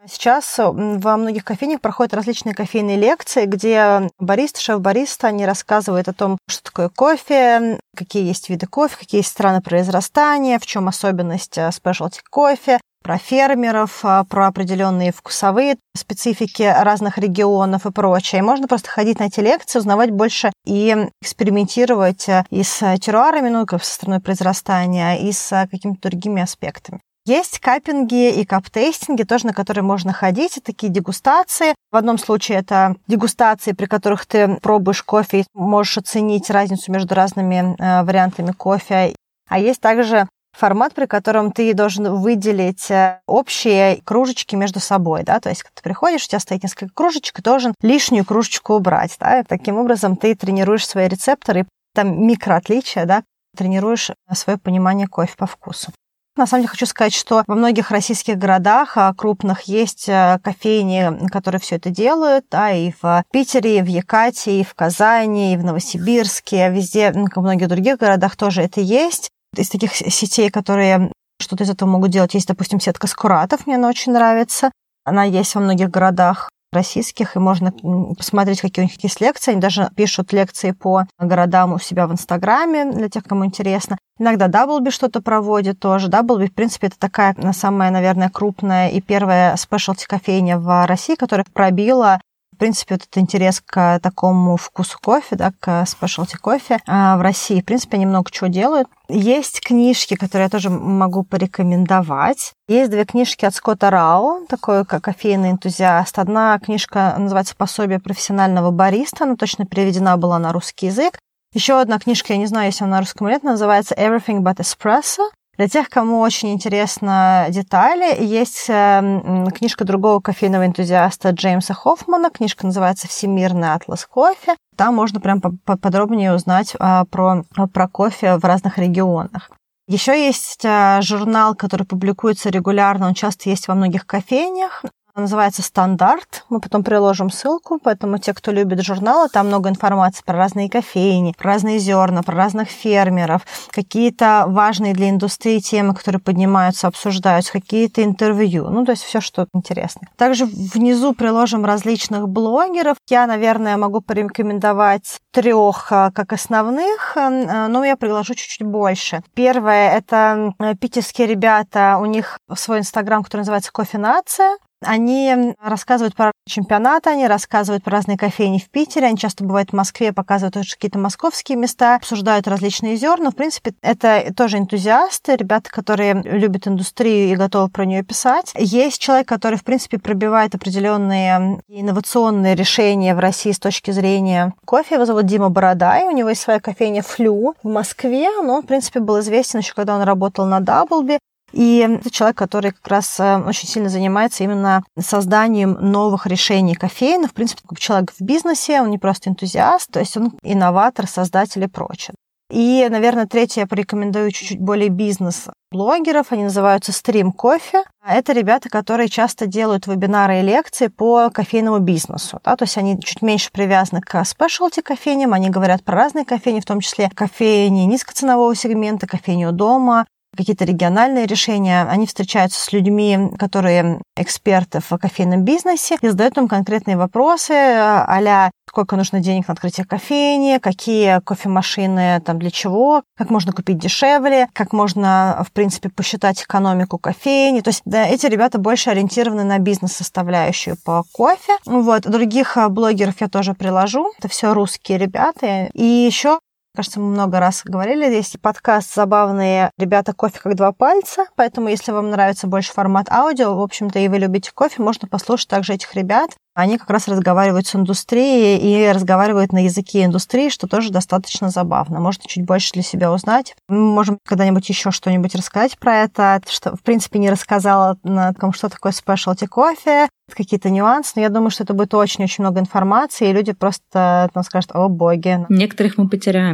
Сейчас во многих кофейнях проходят различные кофейные лекции, где бариста, шеф-бариста, они рассказывают о том, что такое кофе, какие есть виды кофе, какие есть страны произрастания, в чем особенность спешлти кофе, про фермеров, про определенные вкусовые специфики разных регионов и прочее. И можно просто ходить на эти лекции, узнавать больше и экспериментировать и с теруарами, ну, как со страной произрастания, и с какими-то другими аспектами. Есть каппинги и кап-тейстинги, тоже на которые можно ходить. Это такие дегустации. В одном случае это дегустации, при которых ты пробуешь кофе и можешь оценить разницу между разными э, вариантами кофе. А есть также формат, при котором ты должен выделить общие кружечки между собой. Да? То есть, когда ты приходишь, у тебя стоит несколько кружечек, и должен лишнюю кружечку убрать. Да? И таким образом ты тренируешь свои рецепторы, там микроотличия, да? Тренируешь свое понимание кофе по вкусу. На самом деле хочу сказать, что во многих российских городах крупных есть кофейни, которые все это делают, да, и в Питере, и в Якутии, и в Казани, и в Новосибирске, везде, ну, как в многих других городах тоже это есть. Из таких сетей, которые что-то из этого могут делать, есть, допустим, сетка Скуратов, мне она очень нравится. Она есть во многих городах российских, и можно посмотреть, какие у них есть лекции. Они даже пишут лекции по городам у себя в Инстаграме, для тех, кому интересно. Иногда Даблби что-то проводит тоже. Даблби, в принципе, это такая самая, наверное, крупная и первая спешлти кофейня в России, которая пробила, в принципе, вот этот интерес к такому вкусу кофе, да, к спешлти кофе в России. В принципе, они много чего делают. Есть книжки, которые я тоже могу порекомендовать. Есть две книжки от Скотта Рау, такой как кофейный энтузиаст. Одна книжка называется «Пособие профессионального бариста». Она точно переведена была на русский язык. Еще одна книжка, я не знаю, если она на русском или нет, называется «Everything but Espresso». Для тех, кому очень интересны детали, есть книжка другого кофейного энтузиаста Джеймса Хоффмана. Книжка называется «Всемирный атлас кофе». Там можно прям подробнее узнать про, про кофе в разных регионах. Еще есть журнал, который публикуется регулярно, он часто есть во многих кофейнях. Называется «Стандарт». Мы потом приложим ссылку, поэтому те, кто любит журналы, там много информации про разные кофейни, про разные зерна, про разных фермеров, какие-то важные для индустрии темы, которые поднимаются, обсуждаются, какие-то интервью, ну, то есть все, что интересно. Также внизу приложим различных блогеров. Я, наверное, могу порекомендовать трех как основных, но я приглашу чуть-чуть больше. Первое – это питерские ребята, у них свой инстаграм, который называется «Кофе Нация». Они рассказывают про чемпионаты, они рассказывают про разные кофейни в Питере, они часто бывают в Москве, показывают тоже какие-то московские места, обсуждают различные зерна. В принципе, это тоже энтузиасты, ребята, которые любят индустрию и готовы про нее писать. Есть человек, который, в принципе, пробивает определенные инновационные решения в России с точки зрения кофе. Его зовут Дима Бородай, у него есть своя кофейня «Флю» в Москве, но он, в принципе, был известен еще, когда он работал на Даблби. И это человек, который как раз очень сильно занимается именно созданием новых решений кофейных. В принципе, человек в бизнесе, он не просто энтузиаст, то есть он инноватор, создатель и прочее. И, наверное, третье я порекомендую чуть-чуть более бизнес-блогеров. Они называются Stream Coffee. Это ребята, которые часто делают вебинары и лекции по кофейному бизнесу. Да? То есть они чуть меньше привязаны к спешлти кофейням. Они говорят про разные кофейни, в том числе кофейни низкоценового сегмента, кофейни у дома, какие-то региональные решения, они встречаются с людьми, которые эксперты в кофейном бизнесе, и задают им конкретные вопросы а-ля сколько нужно денег на открытие кофейни, какие кофемашины там для чего, как можно купить дешевле, как можно, в принципе, посчитать экономику кофейни. То есть да, эти ребята больше ориентированы на бизнес-составляющую по кофе. Вот. Других блогеров я тоже приложу. Это все русские ребята. И еще кажется, мы много раз говорили, есть подкаст «Забавные ребята кофе как два пальца», поэтому если вам нравится больше формат аудио, в общем-то, и вы любите кофе, можно послушать также этих ребят. Они как раз разговаривают с индустрией и разговаривают на языке индустрии, что тоже достаточно забавно. Можно чуть больше для себя узнать. Мы можем когда-нибудь еще что-нибудь рассказать про это, что, в принципе, не рассказала на том, что такое спешлти кофе, какие-то нюансы, но я думаю, что это будет очень-очень много информации, и люди просто нам скажут: «О, боги». Некоторых мы потеряем.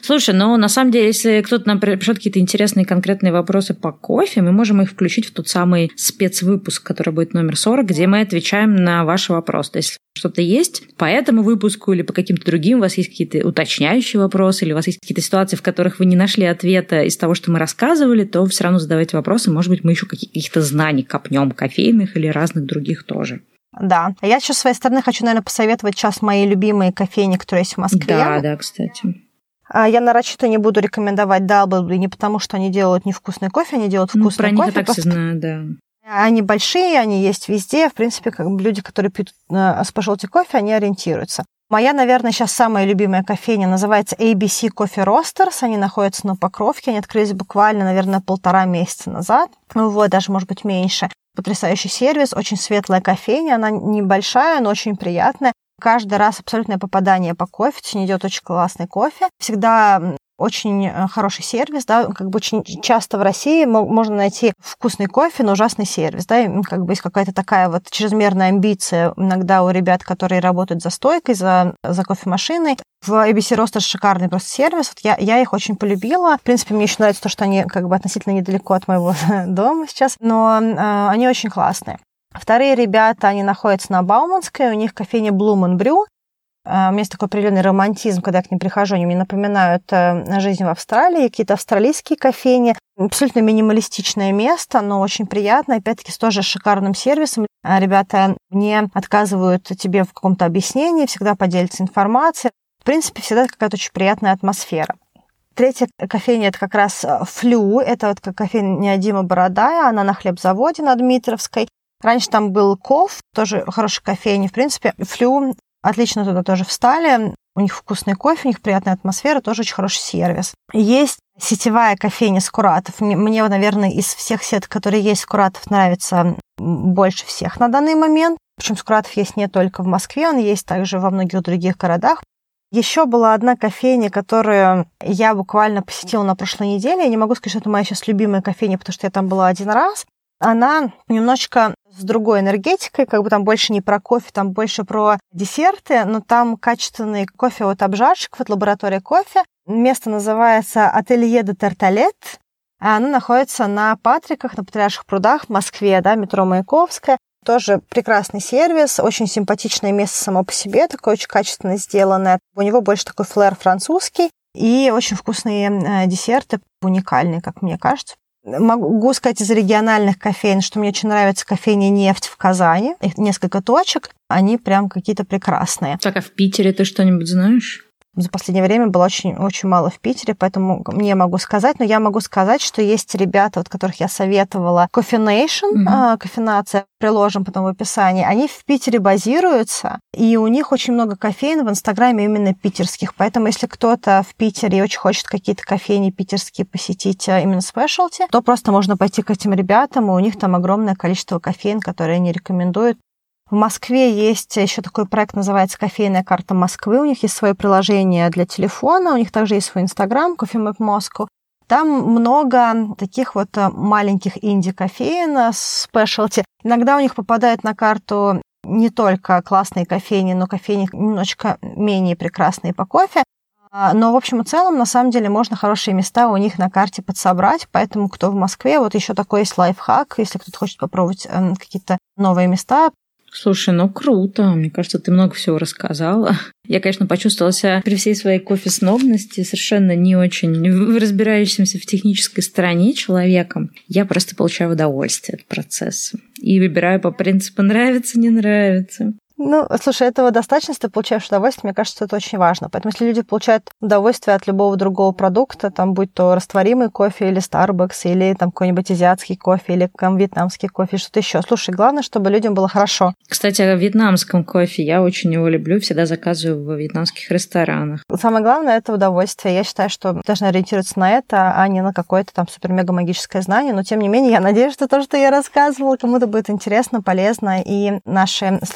Слушай, ну, на самом деле, если кто-то нам пришлет какие-то интересные конкретные вопросы по кофе, мы можем их включить в тот самый спецвыпуск, который будет номер сорок, где мы отвечаем на ваши вопросы. То есть что-то есть по этому выпуску или по каким-то другим, у вас есть какие-то уточняющие вопросы, или у вас есть какие-то ситуации, в которых вы не нашли ответа из того, что мы рассказывали, то все равно задавайте вопросы. Может быть, мы еще каких-то знаний копнем, кофейных или разных других тоже. Да. А я еще с своей стороны хочу, наверное, посоветовать сейчас мои любимые кофейни, которые есть в Москве. Да, да, кстати. Я нарочито не буду рекомендовать Даблби не потому, что они делают невкусный кофе, они делают вкусный ну, про кофе. Них и так все знают, да. Они большие, они есть везде. В принципе, как бы люди, которые пьют спешлти кофе, они ориентируются. Моя, наверное, сейчас самая любимая кофейня называется эй би си Coffee Roasters. Они находятся на Покровке. Они открылись буквально, наверное, полтора месяца назад. Ну вот, даже, может быть, меньше. Потрясающий сервис, очень светлая кофейня. Она небольшая, но очень приятная. Каждый раз абсолютное попадание по кофе. Сегодня идет очень классный кофе. Всегда очень хороший сервис, да, как бы очень часто в России можно найти вкусный кофе, но ужасный сервис, да, и как бы есть какая-то такая вот чрезмерная амбиция иногда у ребят, которые работают за стойкой, за, за кофемашиной. В эй би си Roasters шикарный просто сервис, вот я, я их очень полюбила. В принципе, мне еще нравится то, что они как бы относительно недалеко от моего дома сейчас, но э, они очень классные. Вторые ребята, они находятся на Бауманской, у них кофейня Bloom and Brew. У меня есть такой определенный романтизм, когда я к ним прихожу, они мне напоминают жизнь в Австралии, какие-то австралийские кофейни. Абсолютно минималистичное место, но очень приятно. Опять-таки, с тоже шикарным сервисом. Ребята не отказывают тебе в каком-то объяснении, всегда поделятся информацией. В принципе, всегда какая-то очень приятная атмосфера. Третья кофейня – это как раз Флю. Это вот кофейня Димы Бородая, она на хлебзаводе на Дмитровской. Раньше там был Ков, тоже хорошая кофейня. В принципе, Флю отлично туда тоже встали. У них вкусный кофе, у них приятная атмосфера, тоже очень хороший сервис. Есть сетевая кофейня Скуратов. Мне, мне, наверное, из всех сеток, которые есть, Скуратов нравится больше всех на данный момент. Причем Скуратов есть не только в Москве, он есть также во многих других городах. Еще была одна кофейня, которую я буквально посетила на прошлой неделе. Я не могу сказать, что это моя сейчас любимая кофейня, потому что я там была один раз. Она немножечко с другой энергетикой, как бы там больше не про кофе, там больше про десерты, но там качественный кофе от обжарщиков, от лаборатории кофе. Место называется Ателье де Тарталет. Оно находится на Патриках, на Патриарших прудах в Москве, да, метро Маяковская. Тоже прекрасный сервис, очень симпатичное место само по себе, такое очень качественно сделанное. У него больше такой флэр французский и очень вкусные десерты, уникальные, как мне кажется. Могу сказать из региональных кофеин, что мне очень нравится кофейня «Нефть» в Казани. Их несколько точек, они прям какие-то прекрасные. Так, а в Питере ты что-нибудь знаешь? За последнее время было очень, очень мало в Питере, поэтому не могу сказать, но я могу сказать, что есть ребята, вот, которых я советовала, Coffee Nation, mm-hmm. кофенация, приложим потом в описании, они в Питере базируются, и у них очень много кофеин в Инстаграме именно питерских, поэтому если кто-то в Питере очень хочет какие-то кофейни питерские посетить именно спешлти, то просто можно пойти к этим ребятам, и у них там огромное количество кофеин, которые они рекомендуют. В Москве есть еще такой проект, называется «Кофейная карта Москвы». У них есть свое приложение для телефона, у них также есть свой Инстаграм, Coffee Map Moscow. Там много таких вот маленьких инди-кофеин, спешлти. Иногда у них попадают на карту не только классные кофейни, но кофейни немножечко менее прекрасные по кофе. Но, в общем и целом, на самом деле, можно хорошие места у них на карте подсобрать. Поэтому, кто в Москве, вот еще такой есть лайфхак, если кто-то хочет попробовать какие-то новые места. Слушай, ну круто. Мне кажется, ты много всего рассказала. Я, конечно, почувствовала себя при всей своей кофеснобности совершенно не очень разбирающимся в технической стороне человеком. Я просто получаю удовольствие от процесса. И выбираю по принципу нравится, не нравится. Ну, слушай, этого достаточно, если ты получаешь удовольствие, мне кажется, это очень важно. Поэтому если люди получают удовольствие от любого другого продукта, там, будь то растворимый кофе или Starbucks, или там какой-нибудь азиатский кофе, или там, вьетнамский кофе, что-то еще. Слушай, главное, чтобы людям было хорошо. Кстати, о вьетнамском кофе я очень его люблю, всегда заказываю в вьетнамских ресторанах. Самое главное – это удовольствие. Я считаю, что должны ориентироваться на это, а не на какое-то там супер-мега-магическое знание. Но, тем не менее, я надеюсь, что то, что я рассказывала, кому-то будет интересно, полезно, и наши слушатели,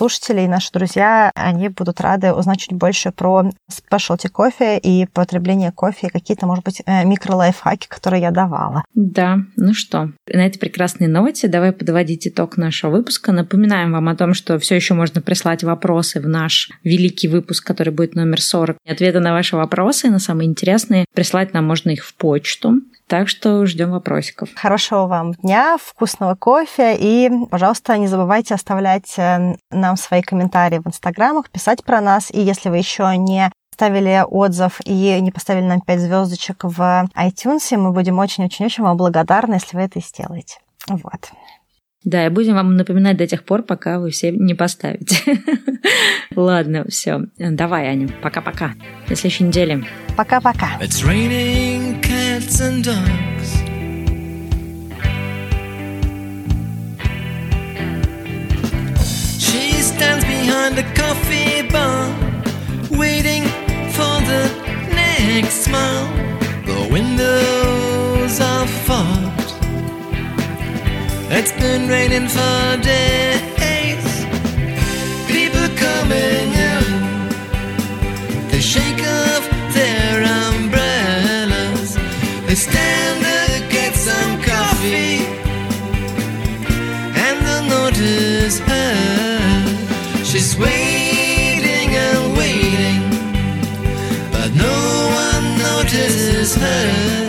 и наши друзья, они будут рады узнать чуть больше про спешлти кофе и потребление кофе, и какие-то, может быть, микролайфхаки, которые я давала. Да, ну что, на этой прекрасной ноте давай подводить итог нашего выпуска. Напоминаем вам о том, что все еще можно прислать вопросы в наш великий выпуск, который будет номер сорок. Ответы на ваши вопросы, на самые интересные, прислать нам можно их в почту. Так что ждем вопросиков. Хорошего вам дня, вкусного кофе. И, пожалуйста, не забывайте оставлять нам свои комментарии в инстаграмах, писать про нас. И если вы еще не ставили отзыв и не поставили нам пять звездочек в iTunes, мы будем очень-очень-очень вам благодарны, если вы это сделаете. Вот. Да, и будем вам напоминать до тех пор, пока вы все не поставите. Ладно, все. Давай, Аня, пока-пока. До следующей недели. Пока-пока. It's raining cats and dogs. She stands behind a coffee bar, waiting for the next smile. The windows are fogged. It's been raining for days. People coming in, they shake off their umbrellas. They stand to get some coffee, and they'll notice her. She's waiting and waiting, but no one notices her.